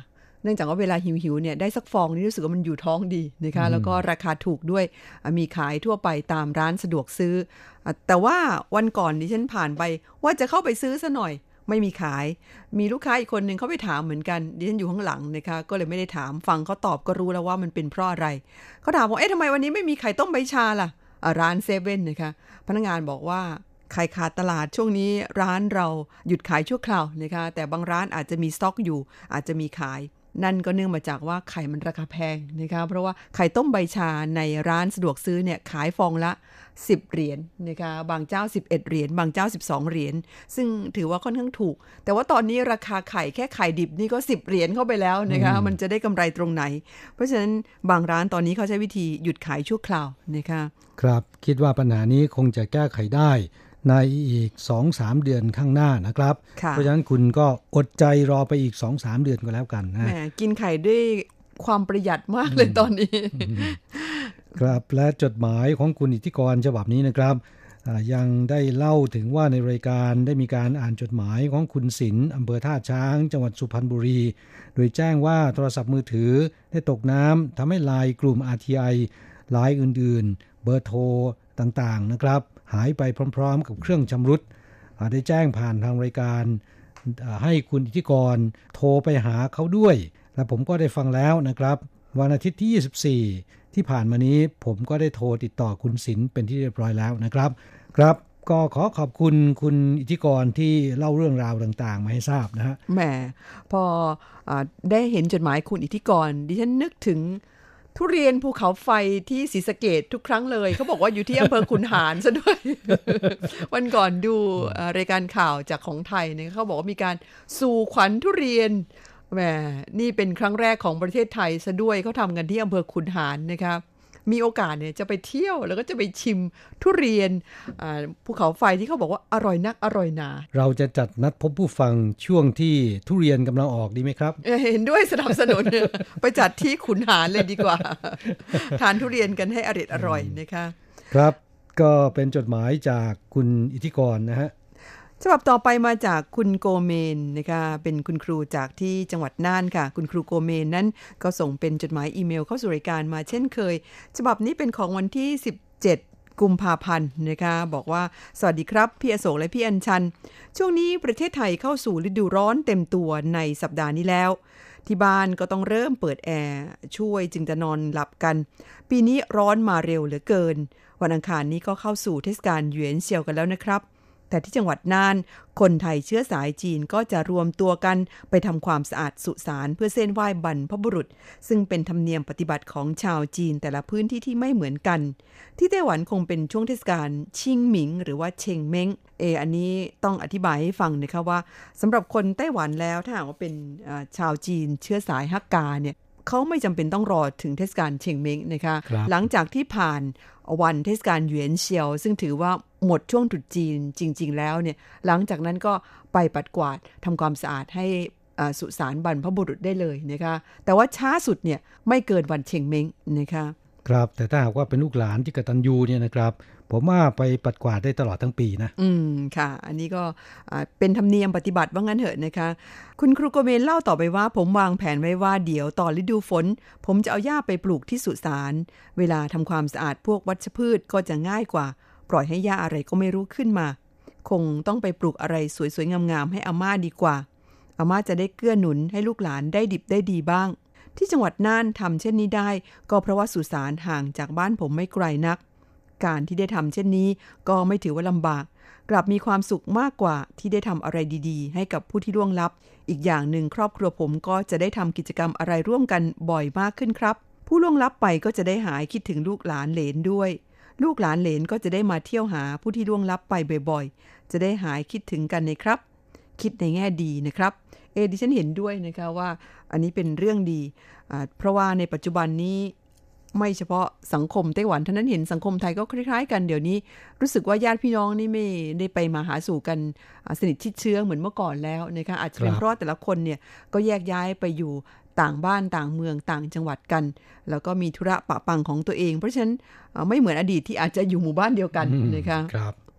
เนื่องจากว่าเวลาหิวๆเนี่ยได้สักฟองนี่รู้สึกว่ามันอยู่ท้องดีนะคะแล้วก็ราคาถูกด้วยมีขายทั่วไปตามร้านสะดวกซื้อแต่ว่าวันก่อนดิฉันผ่านไปว่าจะเข้าไปซื้อซะหน่อยไม่มีขายมีลูกค้าอีกคนนึงเขาไปถามเหมือนกันดิฉันอยู่ข้างหลังนะคะก็เลยไม่ได้ถามฟังเขาตอบก็รู้แล้วว่ามันเป็นเพราะอะไรเขาถามว่าเอ๊ะทำไมวันนี้ไม่มีไข่ต้มใบชาล่ะร้านเซเว่นนะคะพนักงานบอกว่าไข่ขาดตลาดช่วงนี้ร้านเราหยุดขายชั่วคราวนะคะแต่บางร้านอาจจะมีสต็อกอยู่อาจจะมีขายนั่นก็เนื่องมาจากว่าไข่มันราคาแพงนะคะเพราะว่าไข่ต้มใบชาในร้านสะดวกซื้อเนี่ยขายฟองละสิบเหรียญนะคะบางเจ้าสิบเอ็ดเหรียญบางเจ้าสิบสองเหรียญซึ่งถือว่าค่อนข้างถูกแต่ว่าตอนนี้ราคาไข่แค่ไข่ดิบนี่ก็สิบเหรียญเข้าไปแล้วนะคะมันจะได้กำไรตรงไหนเพราะฉะนั้นบางร้านตอนนี้เขาใช้วิธีหยุดขายชั่วคราวนะคะครับคิดว่าปัญหานี้คงจะแก้ไขได้ในอีก สองถึงสาม เดือนข้างหน้านะครับเพราะฉะนั้นคุณก็อดใจรอไปอีก สองถึงสาม เดือนก็แล้วกันนะแหมกินไข่ด้วยความประหยัดมากเลยตอนนี้ครับและจดหมายของคุณอิทธิกรฉบับนี้นะครับยังได้เล่าถึงว่าในรายการได้มีการอ่านจดหมายของคุณศิลป์อำเภอท่าช้างจังหวัดสุพรรณบุรีโดยแจ้งว่าโทรศัพท์มือถือได้ตกน้ำทำให้ไลน์กลุ่ม อาร์ ที ไอ ไลน์อื่นๆเบอร์โทรต่างๆนะครับหายไปพร้อมๆกับเครื่องชำรุดได้แจ้งผ่านทางรายการให้คุณอิทธิกรโทรไปหาเขาด้วยและผมก็ได้ฟังแล้วนะครับวันอาทิตย์ที่ยี่สิบสี่ที่ผ่านมานี้ผมก็ได้โทรติดต่อคุณศิลป์เป็นที่เรียบร้อยแล้วนะครับครับก็ขอขอบคุณคุณอิทธิกรที่เล่าเรื่องราวต่างๆมาให้ทราบนะฮะแหมพออได้เห็นจดหมายคุณอิทธิกรดิฉันนึกถึงทุเรียนภูเขาไฟที่ศรีสะเกษทุกครั้งเลยเขาบอกว่าอยู่ที่อำเภอขุนหารซะด้วย วันก่อนดูรายการข่าวจากของไทยเนี่ยเขาบอกว่ามีการสู่ขวัญทุเรียนแหมนี่เป็นครั้งแรกของประเทศไทยซะด้วยเขาทำกันที่อำเภอขุนหารนะคะมีโอกาสเนี่ยจะไปเที่ยวแล้วก็จะไปชิมทุเรียนภูเขาไฟที่เขาบอกว่าอร่อยนักอร่อยหนาเราจะจัดนัดพบผู้ฟังช่วงที่ทุเรียนกำลังออกดีไหมครับเห็นด้วยสนับสนุน ไปจัดที่ขุนหารเลยดีกว่า ทานทุเรียนกันให้อร่อยอร่อยนะคะครับก็เป็นจดหมายจากคุณอิทธิกรนะฮะฉบับต่อไปมาจากคุณโกเมนนะคะเป็นคุณครูจากที่จังหวัดน่านค่ะคุณครูโกเมนนั้นก็ส่งเป็นจดหมายอีเมลเข้าสู่รายการมาเช่นเคยฉบับนี้เป็นของวันที่สิบเจ็ดกุมภาพันธ์นะคะบอกว่าสวัสดีครับพี่อโศกและพี่อัญชันช่วงนี้ประเทศไทยเข้าสู่ฤดูร้อนเต็มตัวในสัปดาห์นี้แล้วที่บ้านก็ต้องเริ่มเปิดแอร์ช่วยจึงจะนอนหลับกันปีนี้ร้อนมาเร็วเหลือเกินวันอังคารนี้ก็เข้าสู่เทศกาลหยวนเซียวกันแล้วนะครับแต่ที่จังหวัดน่านคนไทยเชื้อสายจีนก็จะรวมตัวกันไปทำความสะอาดสุสานเพื่อเส้นไหว้บรรพบุรุษซึ่งเป็นธรรมเนียมปฏิบัติของชาวจีนแต่ละพื้นที่ที่ไม่เหมือนกันที่ไต้หวันคงเป็นช่วงเทศกาลชิงหมิงหรือว่าเชงเม้งเออันนี้ต้องอธิบายให้ฟังนะคะว่าสำหรับคนไต้หวันแล้วถ้าหากว่าเป็นชาวจีนเชื้อสายฮักกาเนี่ยเขาไม่จำเป็นต้องรอถึงเทศกาลเชงเม้งนะคะหลังจากที่ผ่านวันเทศกาลหยวนเซียวซึ่งถือว่าหมดช่วงตรุษจีนจริงๆแล้วเนี่ยหลังจากนั้นก็ไปปัดกวาดทำความสะอาดให้สุสานบรรพบุรุษได้เลยนะคะแต่ว่าช้าสุดเนี่ยไม่เกินวันเชงเม้งนะคะครับแต่ถ้าหากว่าเป็นลูกหลานที่กตัญญูเนี่ยนะครับผมว่าไปปัดกวาดได้ตลอดทั้งปีนะอืมค่ะอันนี้ก็เป็นธรรมเนียมปฏิบัติว่างั้นเถอะนะคะคุณครูโกเมนเล่าต่อไปว่าผมวางแผนไว้ว่าเดี๋ยวตอนฤดูฝนผมจะเอาหญ้าไปปลูกที่สุสานเวลาทำความสะอาดพวกวัชพืชก็จะง่ายกว่าปล่อยให้หญ้าอะไรก็ไม่รู้ขึ้นมาคงต้องไปปลูกอะไรสวยๆงามๆให้อาม่าดีกว่าอาม่าจะได้เกื้อหนุนให้ลูกหลานได้ดิบได้ดีบ้างที่จังหวัดน่านทำเช่นนี้ได้ก็เพราะว่าสุสานห่างจากบ้านผมไม่ไกลนักการที่ได้ทำเช่นนี้ก็ไม่ถือว่าลำบากกลับมีความสุขมากกว่าที่ได้ทำอะไรดีๆให้กับผู้ที่ล่วงลับอีกอย่างหนึ่งครอบครัวผมก็จะได้ทำกิจกรรมอะไรร่วมกันบ่อยมากขึ้นครับผู้ล่วงลับไปก็จะได้หายคิดถึงลูกหลานเหลนด้วยลูกหลานเหลนก็จะได้มาเที่ยวหาผู้ที่ล่วงลับไปบ่อยๆจะได้หายคิดถึงกันนะครับคิดในแง่ดีนะครับเอดิฉันเห็นด้วยนะคะว่าอันนี้เป็นเรื่องดีเพราะว่าในปัจจุบันนี้ไม่เฉพาะสังคมไต้หวันเท่านั้นเห็นสังคมไทยก็คล้ายๆกันเดี๋ยวนี้รู้สึกว่าญาติพี่น้องนี่ไม่ได้ไปมาหาสู่กันสนิทชิดเชื้อเหมือนเมื่อก่อนแล้วนะคะอาจจะเป็นเพราะแต่ละคนเนี่ยก็แยกย้ายไปอยู่ต่างบ้านต่างเมืองต่างจังหวัดกันแล้วก็มีธุระปะปังของตัวเองเพราะฉะนั้นไม่เหมือนอดีตที่อาจจะอยู่หมู่บ้านเดียวกันนะคะ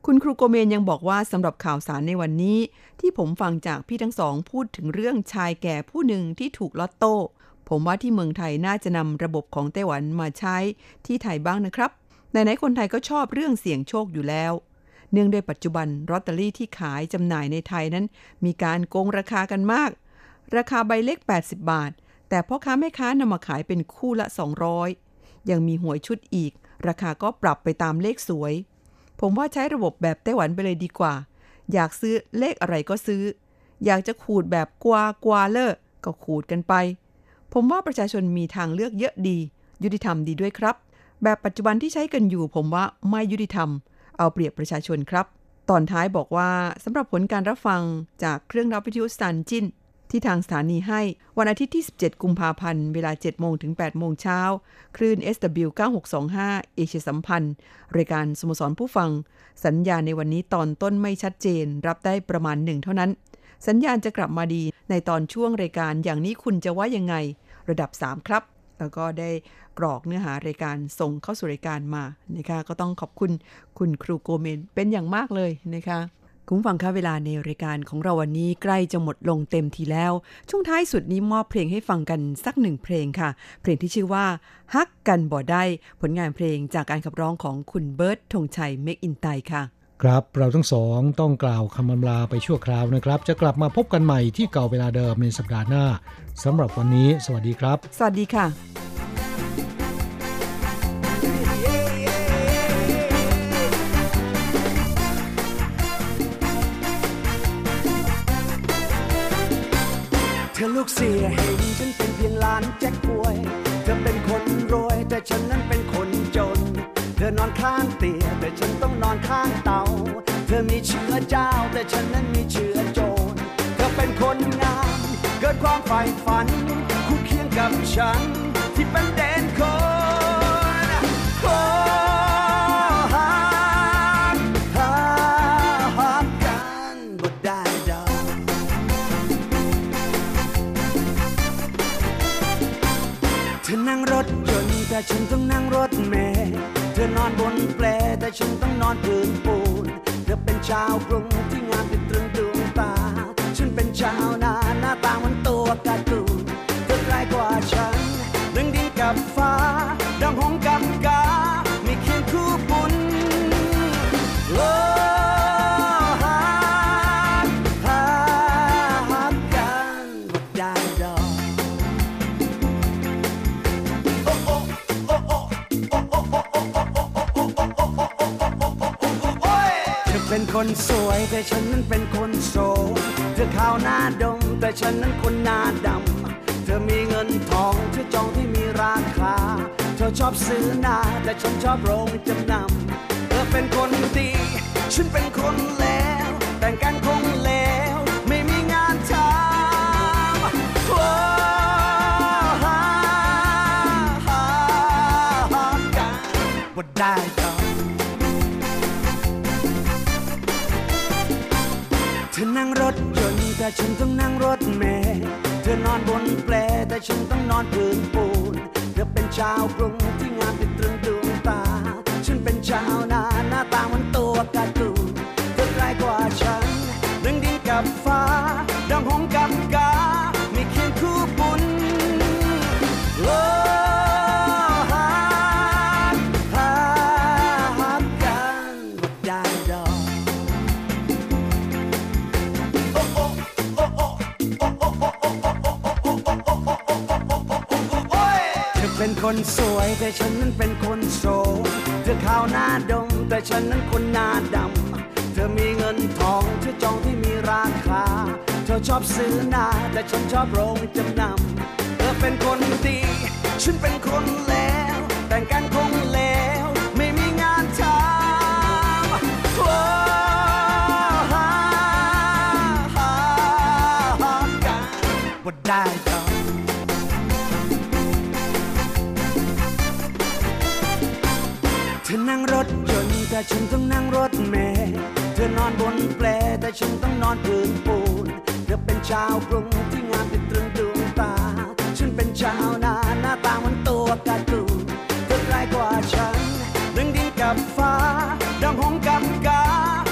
คุณครูโกเมนยังบอกว่าสำหรับข่าวสารในวันนี้ที่ผมฟังจากพี่ทั้งสองพูดถึงเรื่องชายแก่ผู้หนึ่งที่ถูกลอตโต้ผมว่าที่เมืองไทยน่าจะนำระบบของไต้หวันมาใช้ที่ไทยบ้างนะครับไหนๆคนไทยก็ชอบเรื่องเสี่ยงโชคอยู่แล้วเนื่องด้วยปัจจุบันลอตเตอรี่ที่ขายจำหน่ายในไทยนั้นมีการโกงราคากันมากราคาใบเล็กแปดสิบบาทแต่พ่อค้าแม่ค้านำมาขายเป็นคู่ละสองร้อยยังมีหวยชุดอีกราคาก็ปรับไปตามเลขสวยผมว่าใช้ระบบแบบไต้หวันไปเลยดีกว่าอยากซื้อเลขอะไรก็ซื้ออยากจะขูดแบบกวากวาเลอร์ก็ขูดกันไปผมว่าประชาชนมีทางเลือกเยอะดียุติธรรมดีด้วยครับแบบปัจจุบันที่ใช้กันอยู่ผมว่าไม่ยุติธรรมเอาเปรียบประชาชนครับตอนท้ายบอกว่าสำหรับผลการรับฟังจากเครื่องรับวิทยุซันจินที่ทางสถานีให้วันอาทิตย์ที่สิบเจ็ดกุมภาพันธ์เวลา เจ็ดโมงถึงแปดโมงเช้าคลื่น เอส ดับเบิลยู เก้าหกสองห้า เอเชียสัมพันธ์รายการสโมสรผู้ฟังสัญญาณในวันนี้ตอนต้นไม่ชัดเจนรับได้ประมาณหนึ่งเท่านั้นสัญญาณจะกลับมาดีในตอนช่วงรายการอย่างนี้คุณจะว่ายังไงระดับสามครับแล้วก็ได้กรอกเนื้อหารายการส่งเข้าสู่รายการมานะคะก็ต้องขอบคุณคุณครูโกเมนเป็นอย่างมากเลยนะคะคุณฟังคะเวลาในรายการของเราวันนี้ใกล้จะหมดลงเต็มทีแล้วช่วงท้ายสุดนี้มอบเพลงให้ฟังกันสักหนึ่งเพลงค่ะเพลงที่ชื่อว่าฮักกันบ่ได้ผลงานเพลงจากการขับร้องของคุณเบิร์ตธงชัยเมคอินไตค่ะครับเราทั้งสองต้องกล่าวคำอำลาไปชั่วคราวนะครับจะกลับมาพบกันใหม่ที่เก่าเวลาเดิมในสัปดาห์หน้าสำหรับวันนี้สวัสดีครับสวัสดีค่ะเธอลูกเสียเห็นฉันเป็นเพียงหลานแจ็คป่วยเธอเป็นคนรวยแต่ฉันนั้นเป็นคนจนเธอนอนข้างเตียงแต่ฉันต้องนอนข้างเตาเธอมีเชื้อเจ้าแต่ฉันนั้นมีเชื้อโจรเธอเป็นคนงามเกิดความใฝ่ฝันคู่เคียงกับฉันที่เป็นเด่นคนโอ้ฮักฮักกันบ่ได้ดอกเธอนั่งรถยนต์แต่ฉันต้องนั่งรถเมล์เธอนอนบนแปลแต่ฉันต้องนอนพื้นปูนเธอเป็นชาวกรุงที่งามติดตรึงดวงตาฉันเป็นชาวนาหน้าตาเหมือนตัวการ์ตูนเธอไกลกว่าฉันเรื่องดินกับฟ้าดังหงส์กับกามีเคียงคู่บุญโอ้ฮักฮักกันบ่ได้ดอกเป็นคนสวยแต่ฉันนั้นเป็นคนโสมเธอขาวหน้าดำแต่ฉันนั้นคนหน้าดำเธอมีเงินทองเธอจองที่มีราคาเธอชอบซื้อนาแต่ฉันชอบโรงจำนำเธอเป็นคนดีฉันเป็นคนเลวแต่งกันคงเลวไม่มีงานทำโอ้ฮักกันบ่ได้ดอกเธอนั่งรถยนต์แต่ฉันต้องนั่งรถเมล์เธอนอนบนแปลแต่ฉันต้องนอนพื้นปูนเธอเป็นชาวกรุงที่งามติดตรึงดวงตาฉันเป็นชาวนาหน้าตาเหมือนตัวการ์ตูนเธอไกลกว่าฉันเรื่องดินกับฟ้าดังหงส์กับกามีเคียงคู่บุญโอ้ฮักฮักกันบ่ได้ดอกเป็นคนสวยแต่ฉันนั้นเป็นคนโสมเธอขาวหน้าดำแต่ฉันนั้นคนหน้าดำเธอมีเงินทองเธอจองที่มีราคาเธอชอบซื้อนาแต่ฉันชอบโรงจำนำเธอเป็นคนดีฉันเป็นคนเลวแต่งกันคงเลวไม่มีงานทำโอ้ฮักกันบ่ได้ดอกเธอนั่งรถยนต์แต่ฉันต้องนั่งรถเมล์เธอนอนบนแปลแต่ฉันต้องนอนพื้นปูนเธอเป็นชาวกรุงที่งามติดตรึงดวงตาฉันเป็นชาวนาหน้าตาเหมือนตัวการ์ตูนเธอไกลกว่าฉันเรื่องดินกับฟ้าดังหงส์กับกา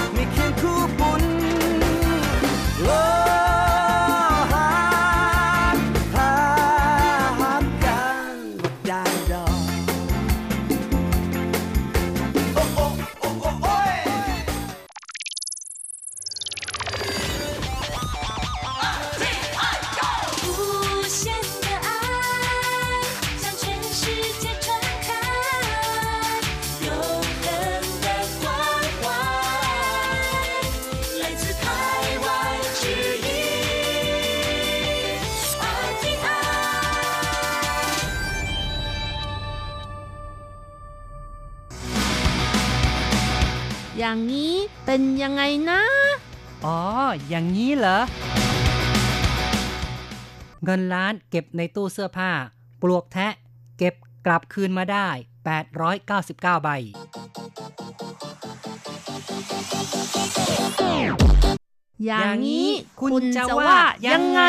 อย่างนี้เป็นยังไงนะอ๋ออย่างนี้เหรอเงินล้านเก็บในตู้เสื้อผ้าปลวกแทะเก็บกลับคืนมาได้แปดร้อยเก้าสิบเก้าใบอย่างนี้คุณจะว่ายังไง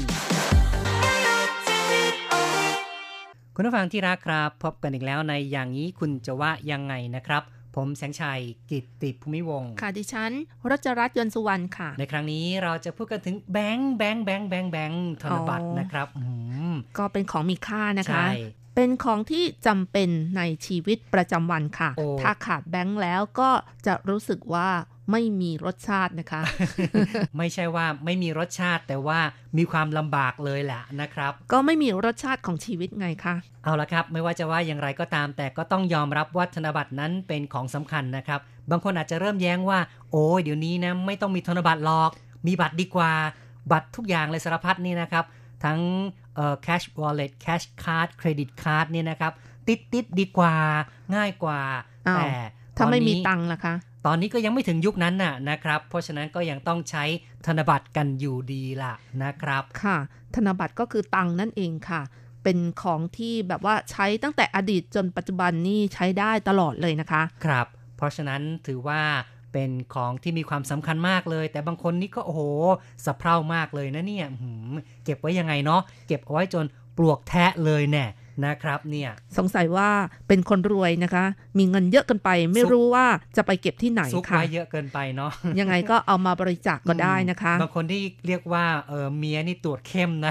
คุณผู้ฟังที่รักครับพบกันอีกแล้วในอย่างนี้คุณจะว่ายังไงนะครับผมแสงชัยกิตติภูมิวงศ์ค่ะดิฉันรัชรัตน์ยนต์สุวรรณค่ะในครั้งนี้เราจะพูดกันถึงแบงค์แบงค์แบงค์แบงค์แบงค์ธนบัตรนะครับก็เป็นของมีค่านะคะเป็นของที่จำเป็นในชีวิตประจำวันค่ะถ้าขาดแบงค์แล้วก็จะรู้สึกว่าไม่มีรสชาตินะคะไม่ใช่ว่าไม่มีรสชาติแต่ว่ามีความลำบากเลยแหละนะครับก็ไม่มีรสชาติของชีวิตไงคะเอาละครับไม่ว่าจะว่าอย่างไรก็ตามแต่ก็ต้องยอมรับว่าธนบัตรนั้นเป็นของสำคัญนะครับบางคนอาจจะเริ่มแย้งว่าโอ้ยเดี๋ยวนี้นะไม่ต้องมีธนบัตรหรอกมีบัตรดีกว่าบัตรทุกอย่างเลยสารพัดนี่นะครับทั้งเอ่อ cash wallet cash card credit card นี่นะครับติดติดดีกว่าง่ายกว่าแต่ถ้าไม่มีตังค์ล่ะคะตอนนี้ก็ยังไม่ถึงยุคนั้นน่ะนะครับเพราะฉะนั้นก็ยังต้องใช้ธนบัตรกันอยู่ดีล่ะนะครับค่ะธนบัตรก็คือตังค์นั่นเองค่ะเป็นของที่แบบว่าใช้ตั้งแต่อดีตจนปัจจุบันนี่ใช้ได้ตลอดเลยนะคะครับเพราะฉะนั้นถือว่าเป็นของที่มีความสำคัญมากเลยแต่บางคนนี่ก็โอ้โหสะเพร่ามากเลยนะเนี่ยเก็บไว้ยังไงเนาะเก็บเอาไว้จนปลวกแทะเลยแน่นะครับเนี่ยสงสัยว่าเป็นคนรวยนะคะมีเงินเยอะเกินไปไม่รู้ว่าจะไปเก็บที่ไหนค่ะซุกไว้เยอะเกินไปเนาะยังไงก็เอามาบริจาค ก็ได้นะคะบางคนที่เรียกว่าเออเมียนี่ตรวจเข้มนะ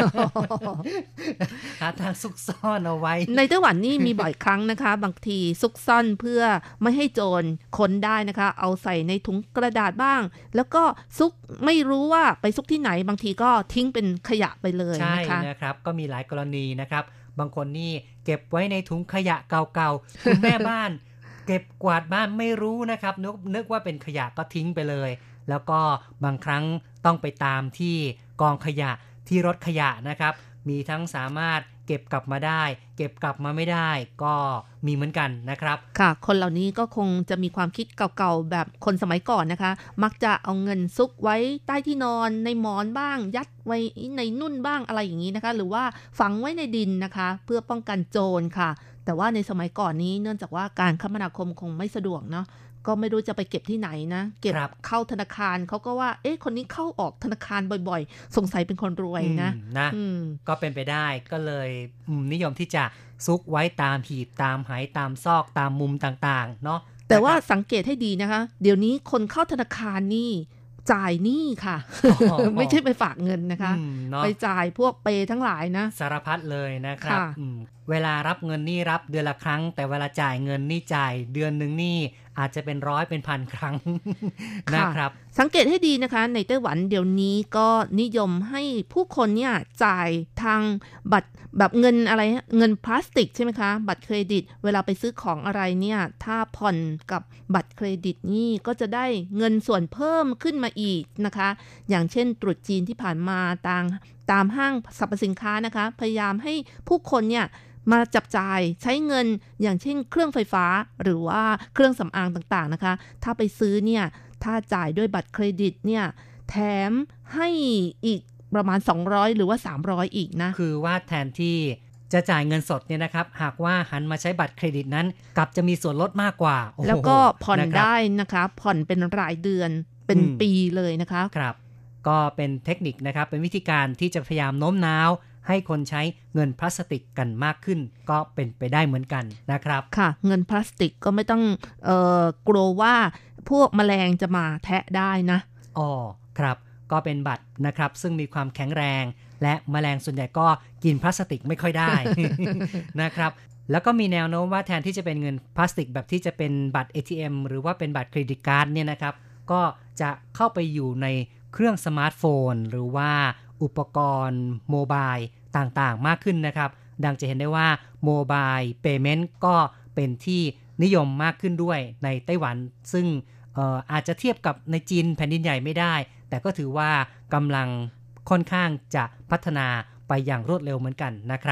หาทางซุกซ่อนเอาไว้ในไต้หวันนี่มีบ่อยครั้งนะคะบางทีซุกซ่อนเพื่อไม่ให้โจรค้นได้นะคะเอาใส่ในถุงกระดาษบ้างแล้วก็ซุกไม่รู้ว่าไปซุกที่ไหนบางทีก็ทิ้งเป็นขยะไปเลยนะคะใช่นะครับก็มีหลายกรณีนะครับบางคนนี่เก็บไว้ในถุงขยะเก่าๆคุณแม่บ้านเก็บกวาดบ้านไม่รู้นะครับนึกนึกว่าเป็นขยะก็ทิ้งไปเลยแล้วก็บางครั้งต้องไปตามที่กองขยะที่รถขยะนะครับมีทั้งสามารถเก็บกลับมาได้เก็บกลับมาไม่ได้ก็มีเหมือนกันนะครับค่ะคนเหล่านี้ก็คงจะมีความคิดเก่าๆแบบคนสมัยก่อนนะคะมักจะเอาเงินซุกไว้ใต้ที่นอนในหมอนบ้างยัดไว้ในนุ่นบ้างอะไรอย่างนี้นะคะหรือว่าฝังไว้ในดินนะคะเพื่อป้องกันโจรค่ะแต่ว่าในสมัยก่อนนี้เนื่องจากว่าการคมนาคมคงไม่สะดวกเนาะก็ไม่รู้จะไปเก็บที่ไหนนะเก็บเข้าธนาคารเขาก็ว่าเอ๊ะคนนี้เข้าออกธนาคารบ่อยๆสงสัยเป็นคนรวยนะนะก็เป็นไปได้ก็เลยนิยมที่จะซุกไว้ตามหีบตามหายตามซอกตามมุมต่างๆเนาะแต่ว่าสังเกตให้ดีนะคะเดี๋ยวนี้คนเข้าธนาคารนี่จ่ายหนี้ค่ะ ไม่ใช่ไปฝากเงินนะคะไปจ่ายพวกเปทั้งหลายนะสารพัดเลยนะครับเวลารับเงินนี่รับเดือนละครั้งแต่เวลาจ่ายเงินนี่จ่ายเดือนนึงนี่อาจจะเป็นร้อยเป็นพันครั้งนะครับสังเกตให้ดีนะคะในไต้หวันเดี๋ยวนี้ก็นิยมให้ผู้คนเนี่ยจ่ายทางบัตรแบบเงินอะไรเงินพลาสติกใช่ไหมคะบัตรเครดิตเวลาไปซื้อของอะไรเนี่ยถ้าผ่อนกับบัตรเครดิตนี่ก็จะได้เงินส่วนเพิ่มขึ้นมาอีกนะคะอย่างเช่นตรุษจีนที่ผ่านมาตามตามห้างสรรพสินค้านะคะพยายามให้ผู้คนเนี่ยมาจับจ่ายใช้เงินอย่างเช่นเครื่องไฟฟ้าหรือว่าเครื่องสำอางต่างๆนะคะถ้าไปซื้อเนี่ยถ้าจ่ายด้วยบัตรเครดิตเนี่ยแถมให้อีกประมาณสองร้อยหรือว่าสามร้อยอีกนะคือว่าแทนที่จะจ่ายเงินสดเนี่ยนะครับหากว่าหันมาใช้บัตรเครดิตนั้นกลับจะมีส่วนลดมากกว่าแล้วก็ผ่อนได้นะคะผ่อนเป็นรายเดือนเป็นปีเลยนะคะครับก็เป็นเทคนิคนะครับเป็นวิธีการที่จะพยายามโน้มน้าวให้คนใช้เงินพลาสติกกันมากขึ้นก็เป็นไปได้เหมือนกันนะครับค่ะเงินพลาสติกก็ไม่ต้องเอ่อกลัวว่าพวกแมลงจะมาแทะได้นะอ๋อครับก็เป็นบัตรนะครับซึ่งมีความแข็งแรงและแมลงส่วนใหญ่ก็กินพลาสติกไม่ค่อยได้ นะครับแล้วก็มีแนวโน้มว่าแทนที่จะเป็นเงินพลาสติกแบบที่จะเป็นบัตร เอ ที เอ็ม หรือว่าเป็นบัตรเครดิตการ์ดเนี่ยนะครับก็จะเข้าไปอยู่ในเครื่องสมาร์ทโฟนหรือว่าอุปกรณ์โมบายต่างๆมากขึ้นนะครับดังจะเห็นได้ว่าโมบายเพย์เมนต์ก็เป็นที่นิยมมากขึ้นด้วยในไต้หวันซึ่ง เอ่อ อาจจะเทียบกับในจีนแผ่นดินใหญ่ไม่ได้แต่ก็ถือว่ากำลังค่อนข้างจะพัฒนาไปอย่างรวดเร็วเหมือนกันนะครับ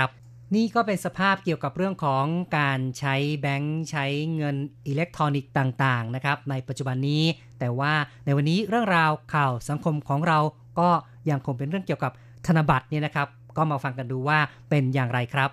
นี่ก็เป็นสภาพเกี่ยวกับเรื่องของการใช้แบงค์ใช้เงินอิเล็กทรอนิกส์ต่างๆนะครับในปัจจุบันนี้แต่ว่าในวันนี้เรื่องราวข่าวสังคมของเราก็ยังคงเป็นเรื่องเกี่ยวกับธนบัตรเนี่ยนะครับก็มาฟังกันดูว่าเป็นอย่างไรครับ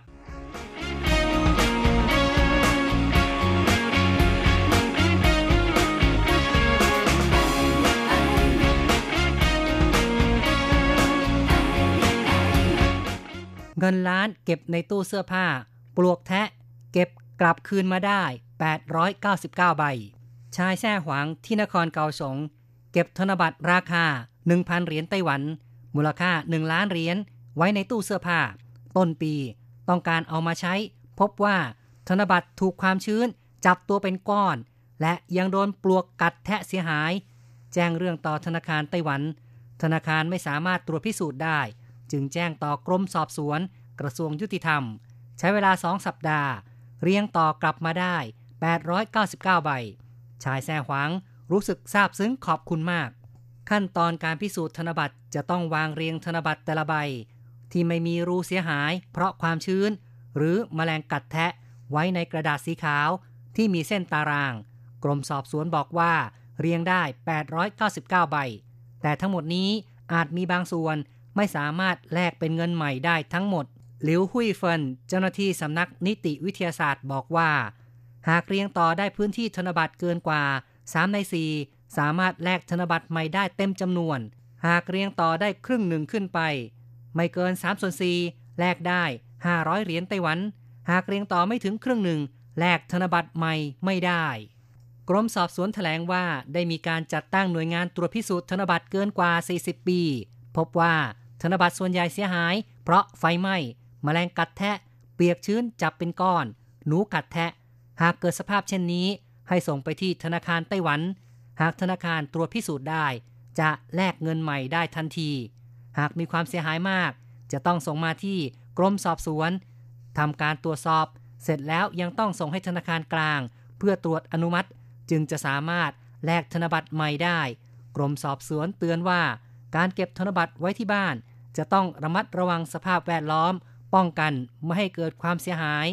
เงินล้านเก็บในตู้เสื้อผ้าปลวกแทะเก็บกลับคืนมาได้แปดร้อยเก้าสิบเก้าใบชายแซ่หวางที่นครเกาสงเก็บธนบัตรราคา หนึ่งพัน เหรียญไต้หวันมูลค่าหนึ่งล้านเหรียญไว้ในตู้เสื้อผ้าต้นปีต้องการเอามาใช้พบว่าธนบัตรถูกความชื้นจับตัวเป็นก้อนและยังโดนปลวกกัดแทะเสียหายแจ้งเรื่องต่อธนาคารไต้หวันธนาคารไม่สามารถตรวจพิสูจน์ได้จึงแจ้งต่อกรมสอบสวนกระทรวงยุติธรรมใช้เวลาสองสัปดาห์เรียงต่อกลับมาได้แปดร้อยเก้าสิบเก้าใบชายแซ่หวางรู้สึกซาบซึ้งขอบคุณมากขั้นตอนการพิสูจน์ธนบัตรจะต้องวางเรียงธนบัตรแต่ละใบที่ไม่มีรูเสียหายเพราะความชื้นหรือแมลงกัดแทะไว้ในกระดาษสีขาวที่มีเส้นตารางกรมสอบสวนบอกว่าเรียงได้แปดร้อยเก้าสิบเก้าใบแต่ทั้งหมดนี้อาจมีบางส่วนไม่สามารถแลกเป็นเงินใหม่ได้ทั้งหมดหลิวหุยเฟินเจ้าหน้าที่สำนักนิติวิทยาศาสตร์บอกว่าหากเรียงต่อได้พื้นที่ธนบัตรเกินกว่าสามในสี่สามารถแลกธนบัตรใหม่ได้เต็มจำนวนหากเรียงต่อได้ครึ่งหนึ่งขึ้นไปไม่เกินสามส่วนสี่แลกได้ห้าร้อยเหรียญไต้หวันหากเรียงต่อไม่ถึงครึ่งหนึ่งแลกธนบัตรใหม่ไม่ได้กรมสอบสวนแถลงว่าได้มีการจัดตั้งหน่วยงานตรวจพิสูจน์ธนบัตรเกินกว่าสี่สิบปีพบว่าธนบัตรส่วนใหญ่เสียหายเพราะไฟไหม้แมลงกัดแทะเปียกชื้นจับเป็นก้อนหนูกัดแทะหากเกิดสภาพเช่นนี้ให้ส่งไปที่ธนาคารไต้หวันหากธนาคารตรวจพิสูจน์ได้จะแลกเงินใหม่ได้ทันทีหากมีความเสียหายมากจะต้องส่งมาที่กรมสอบสวนทำการตรวจสอบเสร็จแล้วยังต้องส่งให้ธนาคารกลางเพื่อตรวจอนุมัติจึงจะสามารถแลกธนบัตรใหม่ได้กรมสอบสวนเตือนว่าการเก็บธนบัตรไว้ที่บ้านจะต้องระมัดระวังสภาพแวดล้อมป้องกันไม่ให้เกิดความเสียหาย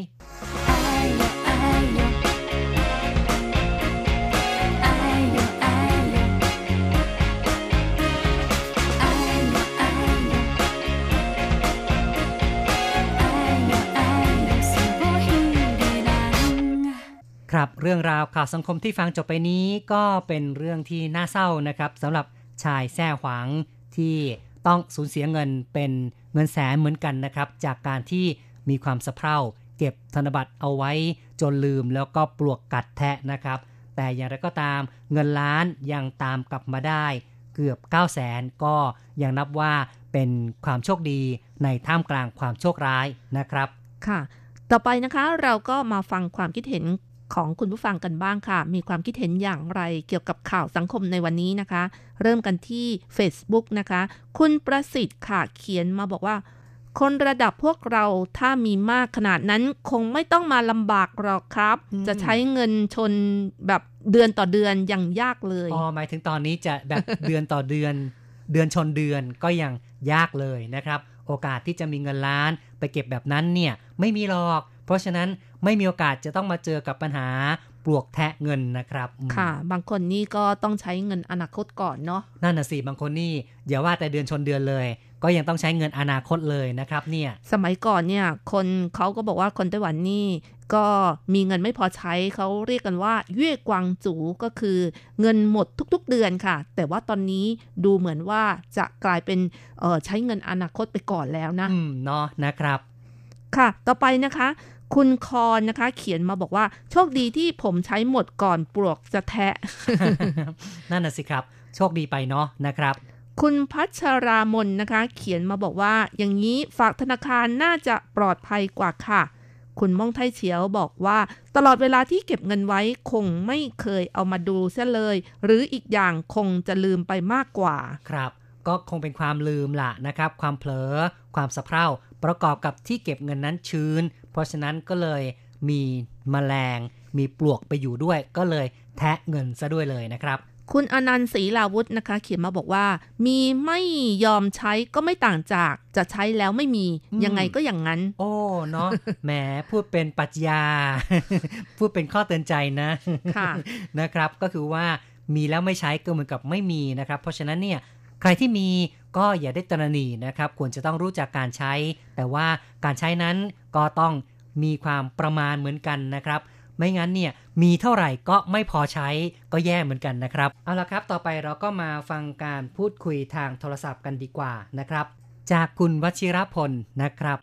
ครับเรื่องราวข่าวสังคมที่ฟังจบไปนี้ก็เป็นเรื่องที่น่าเศร้านะครับสำหรับชายแซ่หวางที่ต้องสูญเสียเงินเป็นเงินแสนเหมือนกันนะครับจากการที่มีความสะเพร่าเก็บธนบัตรเอาไว้จนลืมแล้วก็ปลวกกัดแทะนะครับแต่อย่างไรก็ตามเงินล้านยังตามกลับมาได้เกือบเก้าแสนก็ยังนับว่าเป็นความโชคดีในท่ามกลางความโชคร้ายนะครับค่ะต่อไปนะคะเราก็มาฟังความคิดเห็นของคุณผู้ฟังกันบ้างค่ะมีความคิดเห็นอย่างไรเกี่ยวกับข่าวสังคมในวันนี้นะคะเริ่มกันที่ Facebook นะคะคุณประสิทธิ์ค่ะเขียนมาบอกว่าคนระดับพวกเราถ้ามีมากขนาดนั้นคงไม่ต้องมาลำบากหรอกครับจะใช้เงินชนแบบเดือนต่อเดือนอย่างยากเลยอ๋อหมายถึงตอนนี้จะแบบเดือนต่อเดือนเดือนชนเดือนก็ยังยากเลยนะครับโอกาสที่จะมีเงินล้านไปเก็บแบบนั้นเนี่ยไม่มีหรอกเพราะฉะนั้นไม่มีโอกาสจะต้องมาเจอกับปัญหาปลวกแทะเงินนะครับค่ะบางคนนี่ก็ต้องใช้เงินอนาคตก่อนเนาะนั่นน่ะสิบางคนนี่อย่าว่าแต่เดือนชนเดือนเลยก็ยังต้องใช้เงินอนาคตเลยนะครับเนี่ยสมัยก่อนเนี่ยคนเขาก็บอกว่าคนไต้หวันนี่ก็มีเงินไม่พอใช้เขาเรียกกันว่าเย่กวางจูก็คือเงินหมดทุกๆเดือนค่ะแต่ว่าตอนนี้ดูเหมือนว่าจะกลายเป็นเอ่อใช้เงินอนาคตไปก่อนแล้วนะอืมเนาะนะครับค่ะต่อไปนะคะคุณคอนนะคะเขียนมาบอกว่าโชคดีที่ผมใช้หมดก่อนปลวกจะแทะนั่นน่ะสิครับโชคดีไปเนาะนะครับคุณพัชรามนนะคะเขียนมาบอกว่าอย่างนี้ฝากธนาคารน่าจะปลอดภัยกว่าค่ะคุณม่องไทเฉียวบอกว่าตลอดเวลาที่เก็บเงินไว้คงไม่เคยเอามาดูเสียเลยหรืออีกอย่างคงจะลืมไปมากกว่าครับก็คงเป็นความลืมล่ะนะครับความเผลอความสะเพร่าประกอบกับที่เก็บเงินนั้นชื้นเพราะฉะนั้นก็เลยมีแมลงมีปลวกไปอยู่ด้วยก็เลยแทะเงินซะด้วยเลยนะครับคุณอนันต์ศรีลาวุธนะคะเขียนมาบอกว่ามีไม่ยอมใช้ก็ไม่ต่างจากจะใช้แล้วไม่มียังไงก็อย่างนั้นโอ้เนาะ แหมพูดเป็นปรัชญา พูดเป็นข้อเตือนใจนะค่ะนะครับก็คือว่ามีแล้วไม่ใช้ก็เหมือนกับไม่มีนะครับเพราะฉะนั้นเนี่ยใครที่มีก็อย่าได้ตระหนี่นะครับควรจะต้องรู้จักการใช้แต่ว่าการใช้นั้นก็ต้องมีความประมาณเหมือนกันนะครับไม่งั้นเนี่ยมีเท่าไหร่ก็ไม่พอใช้ก็แย่เหมือนกันนะครับเอาละครับต่อไปเราก็มาฟังการพูดคุยทางโทรศัพท์กันดีกว่านะครับจากคุณวชิรพลนะครับ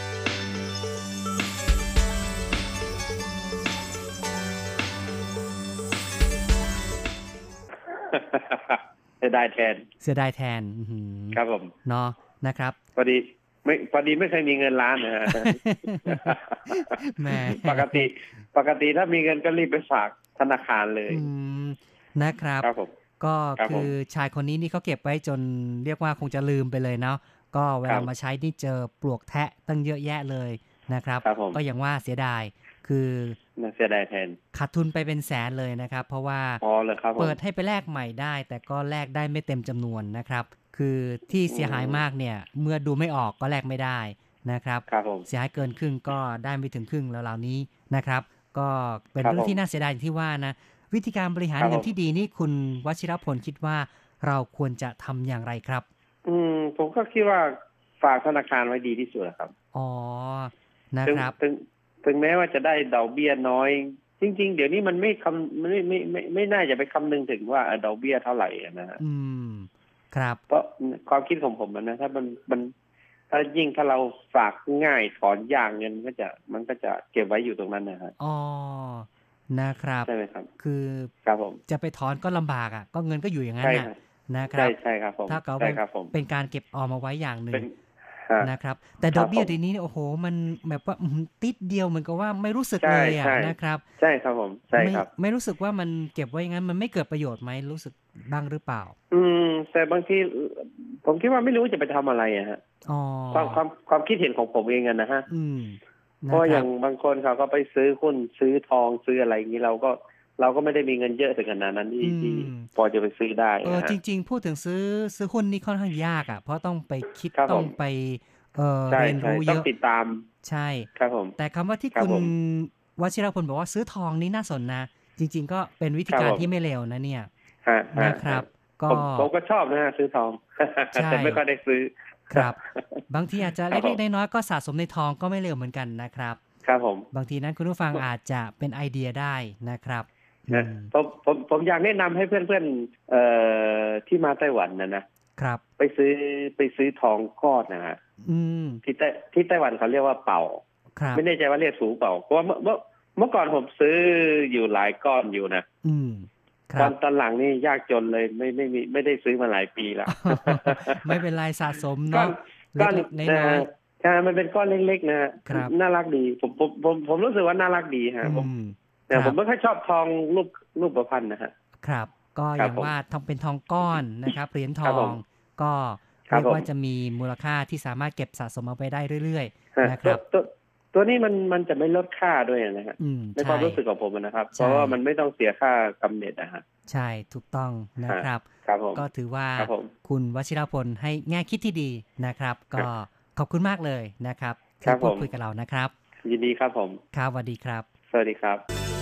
เสียดายแทนเสียดายแทนครับผมเนาะนะครับพอดีไม่พอดีไม่เคยมีเงินล้านนะฮะแหมปกติปกติถ้ามีเงินก็รีบไปฝากธนาคารเลยนะครับครับผมก็คือชายคนนี้นี่เขาเก็บไว้จนเรียกว่าคงจะลืมไปเลยเนาะก็เวลามาใช้นี่เจอปลวกแทะตั้งเยอะแยะเลยนะครับก็อย่างว่าเสียดายคือเสียดายแทนขาดทุนไปเป็นแสนเลยนะครับเพราะว่าเปิดให้ไปแลกใหม่ได้แต่ก็แลกได้ไม่เต็มจำนวนนะครับคือที่เสียหายมากเนี่ยเมื่อดูไม่ออกก็แลกไม่ได้นะครับเสียหายเกินครึ่งก็ได้ไม่ถึงครึ่งแล้วเหล่านี้นะครับก็เป็นเรื่องที่น่าเสียดายที่ว่านะวิธีการบริหารเงินที่ดีนี่คุณวชิรพลคิดว่าเราควรจะทำอย่างไรครับอืมผมก็คิดว่าฝากธนาคารไว้ดีที่สุดครับอ๋อนะครับถึงถึงแม้ว่าจะได้ดอกเบี้ยน้อยจริงๆเดี๋ยวนี้มันไม่คำไม่ไม่ไม่ไม่น่าจะไปคำนึงถึงว่าดอกเบี้ยเท่าไหร่นะฮะอืมครับเพราะความคิดของผมนะถ้ามันมันถ้ายิ่งถ้าเราฝากง่ายถอนยากเงินก็จะมันก็จะเก็บไว้อยู่ตรงนั้นนะฮะอ๋อนะครับใช่ไหมครับคือครับผมจะไปถอนก็ลำบากอ่ะก็เงินก็อยู่อย่างนั้นนะนะครับใช่ใช่ครับผมถ้าเขาเป็นการเก็บออมเอาไว้อย่างหนึ่งนะครับแต่ดอกเบี้ยทีนี้โอ้โหมันแบบว่าติดเดียวเหมือนกับว่าไม่รู้สึกเลยอ่ะนะครับใช่ครับผมใช่ครับไม่รู้สึกว่ามันเก็บไว้งั้นมันไม่เกิดประโยชน์ไหมรู้สึกบ้างหรือเปล่าอืมแต่บางทีผมคิดว่าไม่รู้จะไปทำอะไรอะฮะความความความคิดเห็นของผมเองอะนะฮะเพราะอย่างบางคนเขาก็ไปซื้อหุ้นซื้อทองซื้ออะไรอย่างนี้เราก็เราก็ไม่ได้มีเงินเยอะถึงขนาดนั้นที่ที่พอจะไปซื้อได้เออจริงๆพูดถึงซื้อซื้อหุ้นนี่ค่อนข้างยากอ่ะเพราะต้องไปคิดต้องไปเอ่อเรียนรู้เยอะต้องติดตามใช่ครับผมแต่คำว่าที่คุณวชิรพลบอกว่าซื้อทองนี่น่าสนนะจริงๆก็เป็นวิธีการที่ไม่เลวนะเนี่ยนะครับก็ผมก็ชอบนะซื้อทองแต่ไม่ค่อยได้ซื้อครับบางทีอาจจะเล็กๆน้อยๆก็สะสมในทองก็ไม่เลวเหมือนกันนะครับครับผมบางทีนั้นคุณผู้ฟังอาจจะเป็นไอเดียได้นะครับผมผมผมอยากแนะนำให้เพื่อนๆเอ่อที่มาไต้หวันนะนะครับไปซื้อไปซื้อทองก้อนนะฮะที่ไต้ที่ไต้หวันเขาเรียกว่าเป่าไม่แน่ใจว่าเรียกสูงเป่าเพราะว่าเมื่อเมื่อก่อนผมซื้ออยู่หลายก้อนอยู่นะตอนตอนหลังนี่ยากจนเลยไม่ไม่มีไม่ได้ซื้อมาหลายปีแล้วไม่เป็นไรสะสมเนาะก้อนน้อยใช่มันเป็นก้อนเล็กๆนะน่ารักดีผมผมผมผมรู้สึกว่าน่ารักดีฮะผมแต่ผมไม่ค่อยชอบทองรูปรูปประพันธ์นะฮะครับก็อย่างว่าทองเป็นทองก้อนนะครับเหรียญทองก็เรียกว่าจะมีมูลค่าที่สามารถเก็บสะสมเอาไปได้เรื่อยๆนะครับตัวตัวนี้มันมันจะไม่ลดค่าด้วยนะฮะในความรู้สึกของผมนะครับเพราะว่ามันไม่ต้องเสียค่ากำเนิดนะฮะใช่ถูกต้องนะครับก็ถือว่าคุณวชิรพลให้แง่คิดที่ดีนะครับก็ขอบคุณมากเลยนะครับที่พูดคุยกับเรานะครับยินดีครับผมครับสวัสดีครับสวัสดีครับ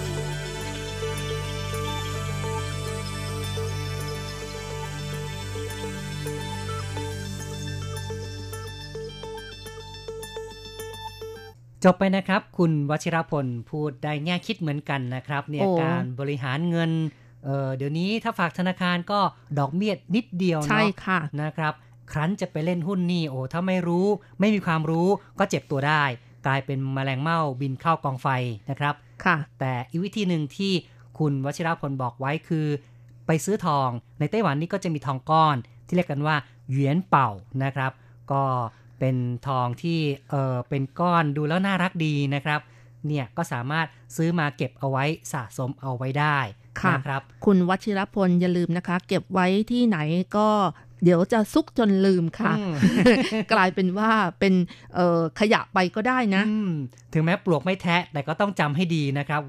จบไปนะครับคุณวชิรพลพูดได้แง่คิดเหมือนกันนะครับเนี่ยการบริหารเงิน เ, เดี๋ยวนี้ถ้าฝากธนาคารก็ดอกเบี้ยนิดเดียวเนาะใช่ค่ะนะครับครั้นจะไปเล่นหุ้นนี่โอ้ถ้าไม่รู้ไม่มีความรู้ก็เจ็บตัวได้กลายเป็นแมลงเม่าบินเข้ากองไฟนะครับค่ะแต่อีกวิธีหนึ่งที่คุณวชิรพลบอกไว้คือไปซื้อทองในไต้หวันนี่ก็จะมีทองก้อนที่เรียกกันว่าเหวียนเป่านะครับก็เป็นทองที่เออเป็นก้อนดูแล้วน่ารักดีนะครับเนี่ยก็สามารถซื้อมาเก็บเอาไว้สะสมเอาไว้ได้นะครับคุณวชิรพลอย่าลืมนะคะเก็บไว้ที่ไหนก็เดี๋ยวจะซุกจนลืมค่ะ กลายเป็นว่าเป็นขยะไปก็ได้นะถึงแม้ปลวกไม่แทะแต่ก็ต้องจำให้ดีนะครับว่า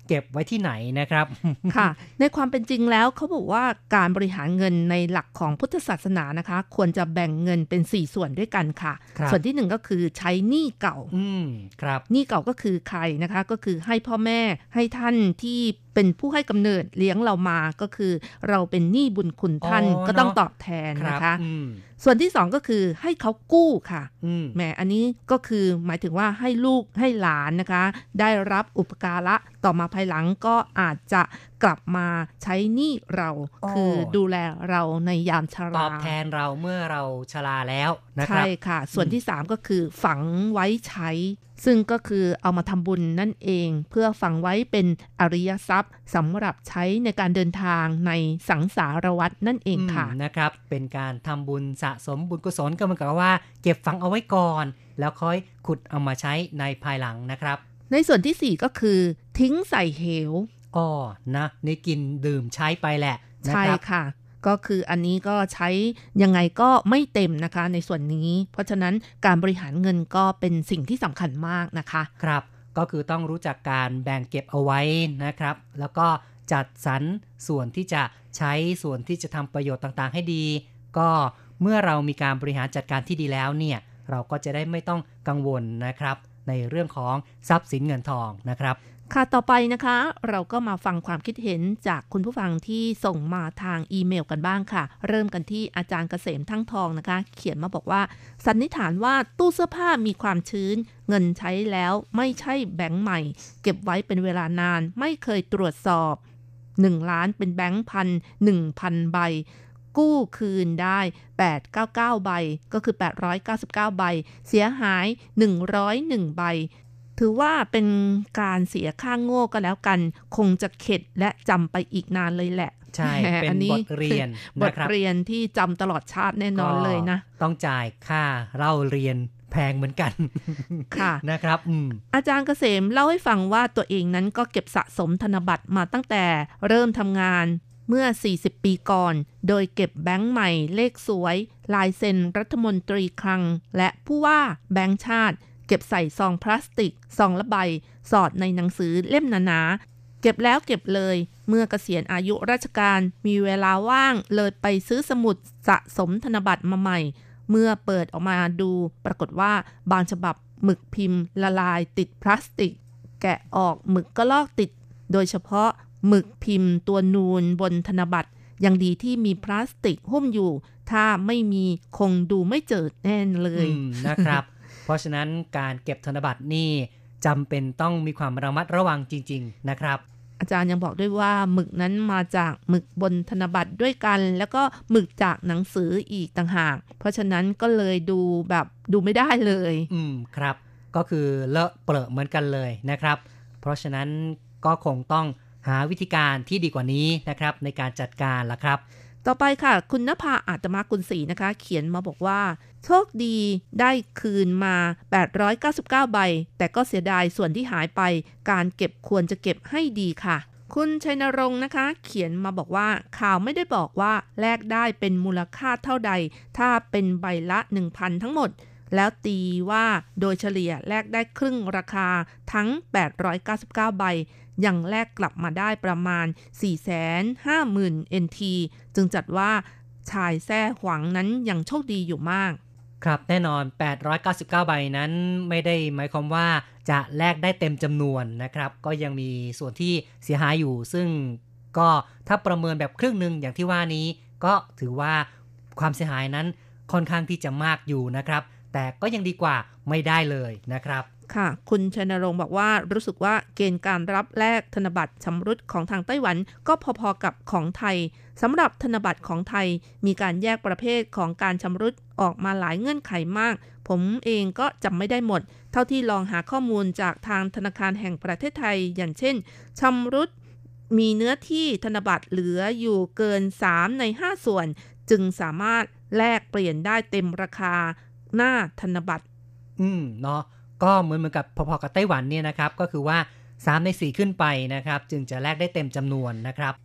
เก็บไว้ที่ไหนนะครับค่ะในความเป็นจริงแล้วเขาบอกว่าการบริหารเงินในหลักของพุทธศาสนานะคะควรจะแบ่งเงินเป็นสี่ส่วนด้วยกันค่ะส่วนที่หนึ่งก็คือใช้หนี้เก่าอืมครับหนี้เก่าก็คือใครนะคะก็คือให้พ่อแม่ให้ท่านที่เป็นผู้ให้กำเนิดเลี้ยงเรามาก็คือเราเป็นหนี้บุญคุณท่านก็ต้องตอบแทนนะคะส่วนที่สองก็คือให้เขากู้ค่ะแหมอันนี้ก็คือหมายถึงว่าให้ลูกให้หลานนะคะได้รับอุปการะต่อมาภายหลังก็อาจจะกลับมาใช้หนี้เราคือดูแลเราในยามชราตอบแทนเราเมื่อเราชราแล้วนะครับใช่ค่ะส่วนที่สามก็คือฝังไว้ใช้ซึ่งก็คือเอามาทำบุญนั่นเองเพื่อฝังไว้เป็นอริยทรัพย์สำหรับใช้ในการเดินทางในสังสารวัฏนั่นเองค่ะนะครับเป็นการทำบุญสะสมบุญกุศลก็เหมือนกับว่าเก็บฝังเอาไว้ก่อนแล้วค่อยขุดเอามาใช้ในภายหลังนะครับในส่วนที่สี่ก็คือทิ้งใส่เหวอ๋อนะนี่กินดื่มใช้ไปแหละนะครับใช่ค่ะก็คืออันนี้ก็ใช้ยังไงก็ไม่เต็มนะคะในส่วนนี้เพราะฉะนั้นการบริหารเงินก็เป็นสิ่งที่สำคัญมากนะคะครับก็คือต้องรู้จักการแบ่งเก็บเอาไว้นะครับแล้วก็จัดสรรส่วนที่จะใช้ส่วนที่จะทำประโยชน์ต่างๆให้ดีก็เมื่อเรามีการบริหารจัดการที่ดีแล้วเนี่ยเราก็จะได้ไม่ต้องกังวลนะครับในเรื่องของทรัพย์สินเงินทองนะครับค่ะต่อไปนะคะเราก็มาฟังความคิดเห็นจากคุณผู้ฟังที่ส่งมาทางอีเมลกันบ้างค่ะเริ่มกันที่อาจารย์เกษมทั้งทองนะคะเขียนมาบอกว่าสันนิษฐานว่าตู้เสื้อผ้ามีความชื้นเงินใช้แล้วไม่ใช่แบงค์ใหม่เก็บไว้เป็นเวลานานไม่เคยตรวจสอบหนึ่งล้านเป็นแบงค์พัน หนึ่งพัน ใบกู้คืนได้แปดร้อยเก้าสิบเก้าใบก็คือแปดร้อยเก้าสิบเก้าใบเสียหายหนึ่งร้อยเอ็ดใบถือว่าเป็นการเสียค่าโง่ก็แล้วกันคงจะเข็ดและจำไปอีกนานเลยแหละใช่เป็นบทเรียนบทเรียนที่จำตลอดชาติแน่นอนเลยนะต้องจ่ายค่าเล่าเรียนแพงเหมือนกันค่ะนะครับอืมอาจารย์เกษมเล่าให้ฟังว่าตัวเองนั้นก็เก็บสะสมธนบัตรมาตั้งแต่เริ่มทำงานเมื่อสี่สิบปีก่อนโดยเก็บแบงค์ใหม่เลขสวยลายเซ็นรัฐมนตรีคลังและผู้ว่าแบงค์ชาติเก็บใส่ซองพลาสติกซองละใบสอดในหนังสือเล่มหนาๆเก็บแล้วเก็บเลยเมื่อเกษียณอายุราชการมีเวลาว่างเลยไปซื้อสมุดสะสมธนบัตรมาใหม่เมื่อเปิดออกมาดูปรากฏว่าบางฉบับหมึกพิมพ์ละลายติดพลาสติกแกะออกหมึกก็ลอกติดโดยเฉพาะหมึกพิมพ์ตัวนูนบนธนบัตรยังดีที่มีพลาสติกหุ้มอยู่ถ้าไม่มีคงดูไม่เจิดแน่เลยนะครับเพราะฉะนั้นการเก็บธนบัตรนี่จำเป็นต้องมีความระมัดระวังจริงๆนะครับอาจารย์ยังบอกด้วยว่าหมึกนั้นมาจากหมึกบนธนบัตรด้วยกันแล้วก็หมึกจากหนังสืออีกต่างหากเพราะฉะนั้นก็เลยดูแบบดูไม่ได้เลยอืมครับก็คือเลอะเปรอะเหมือนกันเลยนะครับเพราะฉะนั้นก็คงต้องหาวิธีการที่ดีกว่านี้นะครับในการจัดการละครับต่อไปค่ะคุณณภาอาตมากุลศรีนะคะเขียนมาบอกว่าโชคดีได้คืนมาแปดร้อยเก้าสิบเก้าใบแต่ก็เสียดายส่วนที่หายไปการเก็บควรจะเก็บให้ดีค่ะคุณชัยนรงค์นะคะเขียนมาบอกว่าข่าวไม่ได้บอกว่าแลกได้เป็นมูลค่าเท่าใดถ้าเป็นใบละ หนึ่งพัน ทั้งหมดแล้วตีว่าโดยเฉลี่ยแลกได้ครึ่งราคาทั้งแปดร้อยเก้าสิบเก้าใบยังแลกกลับมาได้ประมาณ สี่แสนห้าหมื่น เอ็น ที จึงจัดว่าชายแซ่หวังนั้นยังโชคดีอยู่มากครับแน่นอนแปดร้อยเก้าสิบเก้าใบนั้นไม่ได้หมายความว่าจะแลกได้เต็มจำนวนนะครับก็ยังมีส่วนที่เสียหายอยู่ซึ่งก็ถ้าประเมินแบบครึ่งนึงอย่างที่ว่านี้ก็ถือว่าความเสียหายนั้นค่อนข้างที่จะมากอยู่นะครับแต่ก็ยังดีกว่าไม่ได้เลยนะครับค่ะคุณชัยนรงค์บอกว่ารู้สึกว่าเกณฑ์การรับแลกธนบัตรชำรุดของทางไต้หวันก็พอๆกับของไทยสำหรับธนบัตรของไทยมีการแยกประเภทของการชำรุดออกมาหลายเงื่อนไขมากผมเองก็จำไม่ได้หมดเท่าที่ลองหาข้อมูลจากทางธนาคารแห่งประเทศไทยอย่างเช่นชำรุดมีเนื้อที่ธนบัตรเหลืออยู่เกินสามในห้าส่วนจึงสามารถแลกเปลี่ยนได้เต็มราคาหน้าธนบัตรอืมเนาะก็เหมือนเหมือนกับพอๆกับไต้หวันเนี่ยนะครับก็คือว่าสามในสี่ขึ้นไปนะครับจึงจะแลกได้เต็มจำนวนนะครับ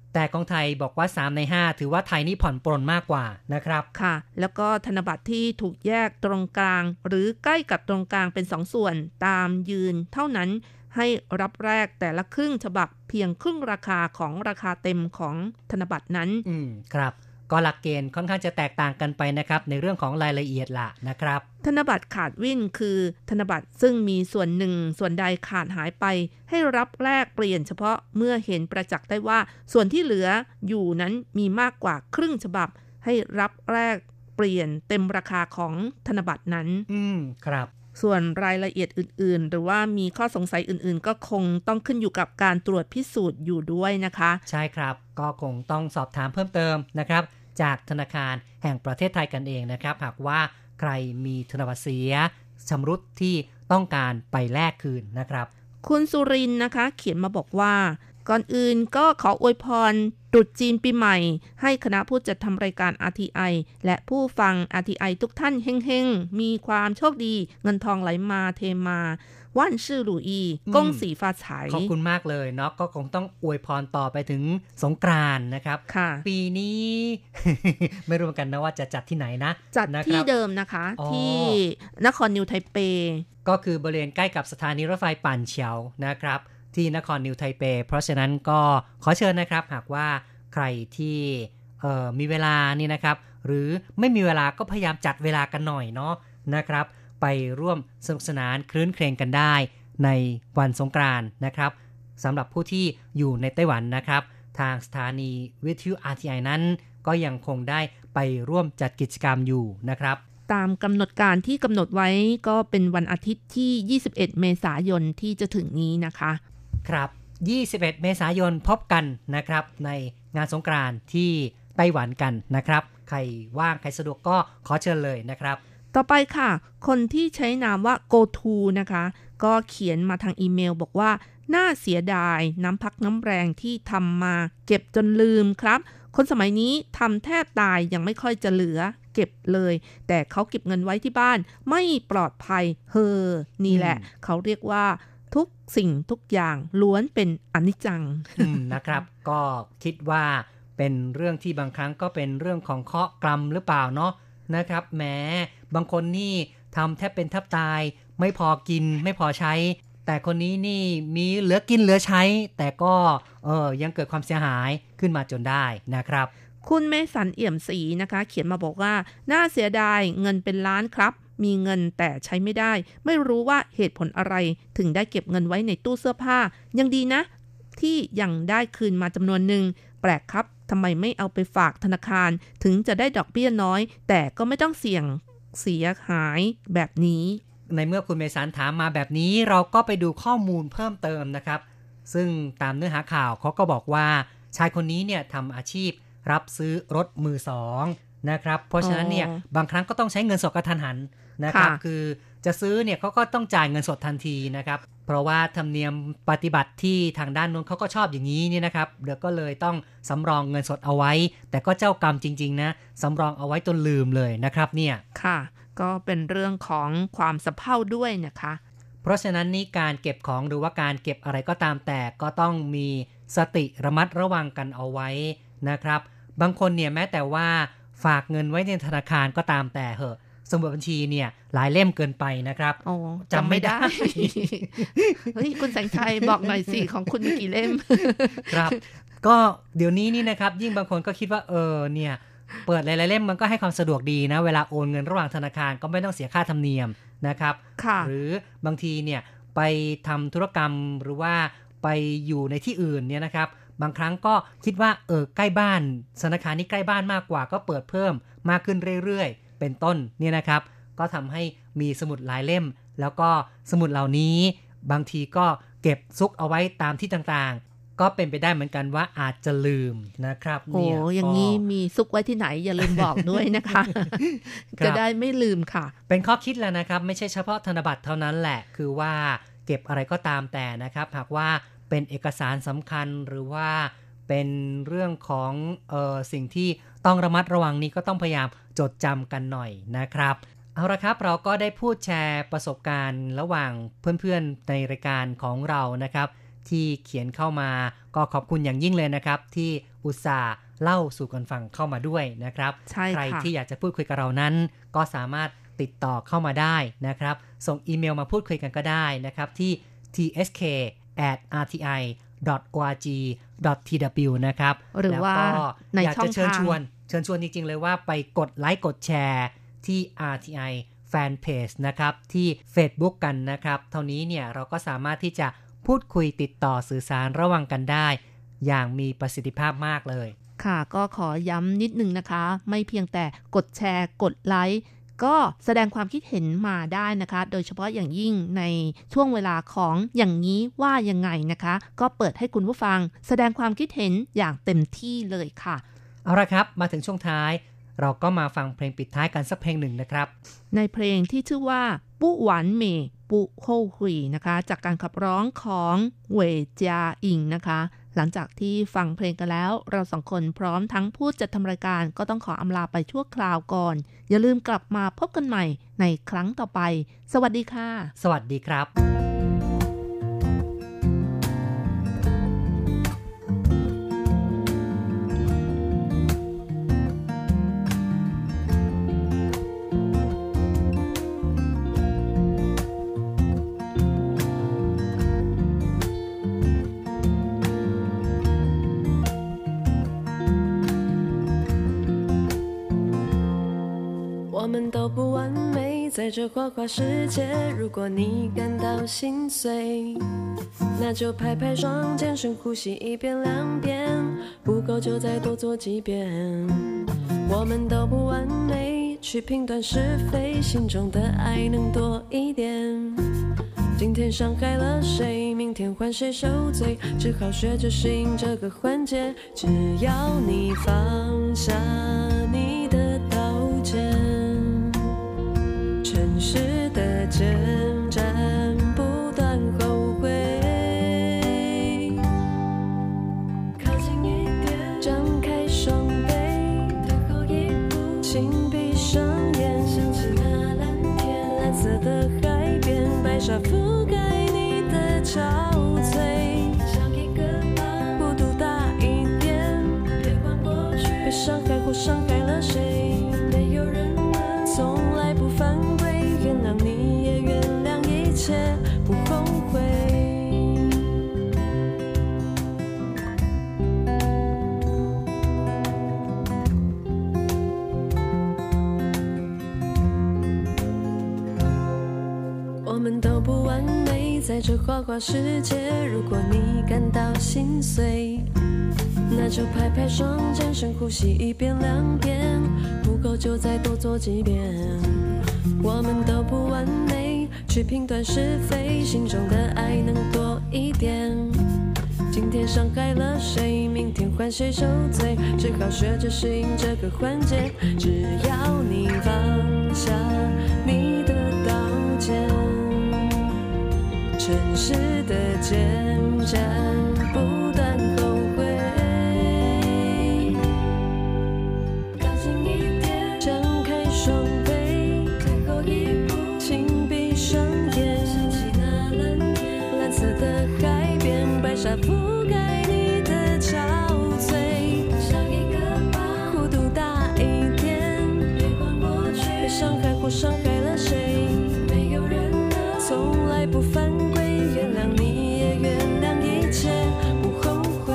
แต่ของไทยบอกว่าสามในห้าถือว่าไทยนี่ผ่อนปรนมากกว่านะครับค่ะแล้วก็ธนบัตรที่ถูกแยกตรงกลางหรือใกล้กับตรงกลางเป็นสองส่วนตามยืนเท่านั้นให้รับแรกแต่ละครึ่งฉบับเพียงครึ่งราคาของราคาเต็มของธนบัตรนั้นอืมครับก็หลักเกณฑ์ค่อนข้างจะแตกต่างกันไปนะครับในเรื่องของรายละเอียดล่ะนะครับธนบัตรขาดวิ่นคือธนบัตรซึ่งมีส่วนหนึ่งส่วนใดขาดหายไปให้รับแลกเปลี่ยนเฉพาะเมื่อเห็นประจักษ์ได้ว่าส่วนที่เหลืออยู่นั้นมีมากกว่าครึ่งฉบับให้รับแลกเปลี่ยนเต็มราคาของธนบัตรนั้นอืมครับส่วนรายละเอียดอื่นๆหรือว่ามีข้อสงสัยอื่นๆก็คงต้องขึ้นอยู่กับการตรวจพิสูจน์อยู่ด้วยนะคะใช่ครับก็คงต้องสอบถามเพิ่มเติมนะครับจากธนาคารแห่งประเทศไทยกันเองนะครับหากว่าใครมีธนบัตรเสียชำรุดที่ต้องการไปแลกคืนนะครับคุณสุรินทร์นะคะเขียนมาบอกว่าก่อนอื่นก็ขออวยพรตรุษจีนปีใหม่ให้คณะผู้จัดทำรายการ อาร์ ที ไอ และผู้ฟัง อาร์ ที ไอ ทุกท่านเฮงๆมีความโชคดีเงินทองไหลมาเทมาว่านชื่อหลู่อีก้งสีฟ้าฉายขอบคุณมากเลยเนาะก็คงต้องอวยพรต่อไปถึงสงกรานต์นะครับปีนี้ ไม่รู้กันนะว่าจะจัดที่ไหนนะจัดที่เดิมนะคะที่นครนิวไทเปก็คือบริเวณใกล้กับสถานีรถไฟป่านเฉียวนะครับที่นครนิวไทเปเพราะฉะนั้นก็ขอเชิญนะครับหากว่าใครที่เอ่อมีเวลานี่นะครับหรือไม่มีเวลาก็พยายามจัดเวลากันหน่อยเนาะนะครับไปร่วมสนุกสนานคลื้นเครงกันได้ในวันสงกรานต์นะครับสำหรับผู้ที่อยู่ในไต้หวันนะครับทางสถานีวิทยุ อาร์ ที ไอ นั้นก็ยังคงได้ไปร่วมจัดกิจกรรมอยู่นะครับตามกำหนดการที่กำหนดไว้ก็เป็นวันอาทิตย์ที่ยี่สิบเอ็ดเมษายนที่จะถึงนี้นะคะครับยี่สิบเอ็ดเมษายนพบกันนะครับในงานสงกรานต์ที่ไต้หวันกันนะครับใครว่างใครสะดวกก็ขอเชิญเลยนะครับต่อไปค่ะคนที่ใช้นามว่า โกทู นะคะก็เขียนมาทางอีเมลบอกว่าน่าเสียดายน้ำพักน้ำแรงที่ทำมาเก็บจนลืมครับคนสมัยนี้ทำแทบตายยังไม่ค่อยจะเหลือเก็บเลยแต่เขาเก็บเงินไว้ที่บ้านไม่ปลอดภัยเฮอนี่แหละเขาเรียกว่าทุกสิ่งทุกอย่างล้วนเป็นอนิจจังนะครับก็คิดว่าเป็นเรื่องที่บางครั้งก็เป็นเรื่องของเคราะห์กรรมหรือเปล่าเนาะนะครับแหมบางคนนี่ทำแทบเป็นแทบตายไม่พอกินไม่พอใช้แต่คนนี้นี่มีเหลือกินเหลือใช้แต่ก็เออยังเกิดความเสียหายขึ้นมาจนได้นะครับคุณเมสันเอี่ยมศรีนะคะเขียนมาบอกว่าน่าเสียดายเงินเป็นล้านครับมีเงินแต่ใช้ไม่ได้ไม่รู้ว่าเหตุผลอะไรถึงได้เก็บเงินไว้ในตู้เสื้อผ้ายังดีนะที่ยังได้คืนมาจำนวนหนึ่งแปลกครับทำไมไม่เอาไปฝากธนาคารถึงจะได้ดอกเบี้ยน้อยแต่ก็ไม่ต้องเสี่ยงเสียหายแบบนี้ในเมื่อคุณเมสันถามมาแบบนี้เราก็ไปดูข้อมูลเพิ่มเติมนะครับซึ่งตามเนื้อหาข่าวเขาก็บอกว่าชายคนนี้เนี่ยทำอาชีพรับซื้อรถมือสองนะครับเพราะฉะนั้นเนี่ยบางครั้งก็ต้องใช้เงินสดกระทันหันนะครับคือจะซื้อเนี่ยเขาก็ต้องจ่ายเงินสดทันทีนะครับเพราะว่าธรรมเนียมปฏิบัติที่ทางด้านนู้นเขาก็ชอบอย่างนี้นี่นะครับเดี๋ยวก็เลยต้องสำรองเงินสดเอาไว้แต่ก็เจ้ากรรมจริงๆนะสำรองเอาไว้จนลืมเลยนะครับเนี่ยค่ะก็เป็นเรื่องของความสะเพร่าด้วยนะคะเพราะฉะนั้นนี่การเก็บของหรือว่าการเก็บอะไรก็ตามแต่ก็ต้องมีสติระมัดระวังกันเอาไว้นะครับบางคนเนี่ยแม้แต่ว่าฝากเงินไว้ในธนาคารก็ตามแต่เหอะสมุดบัญชีเนี่ยหลายเล่มเกินไปนะครับจำไม่ได้ เฮ้ยคุณแสงชัยบอกหน่อยสิของคุณมีกี่เล่มครับก็เดี๋ยวนี้นี่นะครับยิ่งบางคนก็คิดว่าเออเนี่ยเปิดหลายๆเล่มมันก็ให้ความสะดวกดีนะเวลาโอนเงินระหว่างธนาคารก็ไม่ต้องเสียค่าธรรมเนียมนะครับหรือบางทีเนี่ยไปทำธุรกรรมหรือว่าไปอยู่ในที่อื่นเนี่ยนะครับบางครั้งก็คิดว่าเออใกล้บ้านธนาคารนี้ใกล้บ้านมากกว่าก็เปิดเพิ่มมากขึ้นเรื่อยๆเป็นต้นเนี่ยนะครับก็ทำให้มีสมุดหลายเล่มแล้วก็สมุดเหล่านี้บางทีก็เก็บซุกเอาไว้ตามที่ต่างๆก็เป็นไปได้เหมือนกันว่าอาจจะลืมนะครับเนี่ยโอ้อย่างนี้มีซุกไว้ที่ไหนอย่าลืมบอกด้วยนะคะ จะได้ไม่ลืมค่ะเป็นข้อคิดแล้วนะครับไม่ใช่เฉพาะธนบัตรเท่านั้นแหละคือว่าเก็บอะไรก็ตามแต่นะครับหากว่าเป็นเอกสารสำคัญหรือว่าเป็นเรื่องของเอ่อสิ่งที่ต้องระมัดระวังนี้ก็ต้องพยายามจดจำกันหน่อยนะครับเอาละครับเราก็ได้พูดแชร์ประสบการณ์ระหว่างเพื่อนๆในรายการของเรานะครับที่เขียนเข้ามาก็ขอบคุณอย่างยิ่งเลยนะครับที่อุอุตส่าห์เล่าสู่กันฟังเข้ามาด้วยนะครับใครที่อยากจะพูดคุยกับเรานั้นก็สามารถติดต่อเข้ามาได้นะครับส่งอีเมลมาพูดคุยกันก็ได้นะครับที่ ที เอส เค แอท อาร์ ที ไอ ดอท โอ อาร์ จี ดอท ที ดับเบิลยู นะครับหรือว่าในช่องทางอยากจะเชิญชวนเชิญชวนจริงๆเลยว่าไปกดไลค์กดแชร์ที่ อาร์ ที ไอ Fanpage นะครับที่ Facebook กันนะครับเท่านี้เนี่ยเราก็สามารถที่จะพูดคุยติดต่อสื่อสารระหว่างกันได้อย่างมีประสิทธิภาพมากเลยค่ะก็ขอย้ำนิดนึงนะคะไม่เพียงแต่กดแชร์กดไลค์ก็แสดงความคิดเห็นมาได้นะคะโดยเฉพาะอย่างยิ่งในช่วงเวลาของอย่างนี้ว่ายังไงนะคะก็เปิดให้คุณผู้ฟังแสดงความคิดเห็นอย่างเต็มที่เลยค่ะเอาละครับมาถึงช่วงท้ายเราก็มาฟังเพลงปิดท้ายกันสักเพลงหนึ่งนะครับในเพลงที่ชื่อว่าปุหวานเมปุโฮหุยนะคะจากการขับร้องของเว่ยจาอิงนะคะหลังจากที่ฟังเพลงกันแล้วเราสองคนพร้อมทั้งผู้จัดทำรายการก็ต้องขออำลาไปชั่วคราวก่อนอย่าลืมกลับมาพบกันใหม่ในครั้งต่อไปสวัสดีค่ะสวัสดีครับ我们都不完美，在这花花世界，如果你感到心碎，那就拍拍双肩，深呼吸一遍两遍，不够就再多做几遍。我们都不完美，去评断是非，心中的爱能多一点。今天伤害了谁，明天换谁受罪，只好学着适应这个环节。只要你放下你的刀剑，诚实的征战，不断后悔。靠近一点，张开双臂，退后一步，请闭上眼，想起那蓝天，蓝色的海边，白沙覆盖你的憔悴。像一个疤，弧度大一点，别管过去，别伤害或伤害了谁。没有人能从来不犯规，原谅你也原谅一切，不后悔。我们都不完美，在这花花世界，如果你感到心碎，那就拍拍双肩，深呼吸一遍两遍，不够就再多做几遍。我们都不完美，去评断是非，心中的爱能多一点。今天伤害了谁，明天换谁受罪，只好学着适应这个环节。只要你放下你的刀剑，诚实的征战，不断后悔。靠近一点，张开双臂，退后一步，请闭上眼，想起那蓝天，蓝色的海边，白沙覆盖你的憔悴。像一个疤，弧度大一点，别管过去，别伤害或伤害了谁。没有人能从来不犯规，原谅你也原谅一切，不后悔。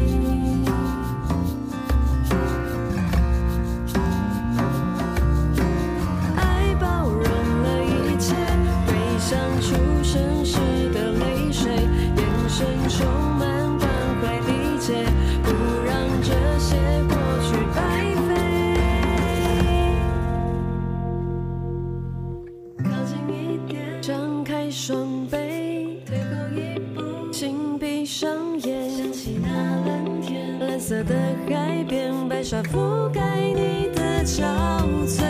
爱包容了一切，回想出生时的泪水，眼神充满关怀理解，不让这些过去白费。靠近一点，张开双臂，退后一步，请闭上眼，想起那蓝天，蓝色的海边，白沙覆盖你的憔悴。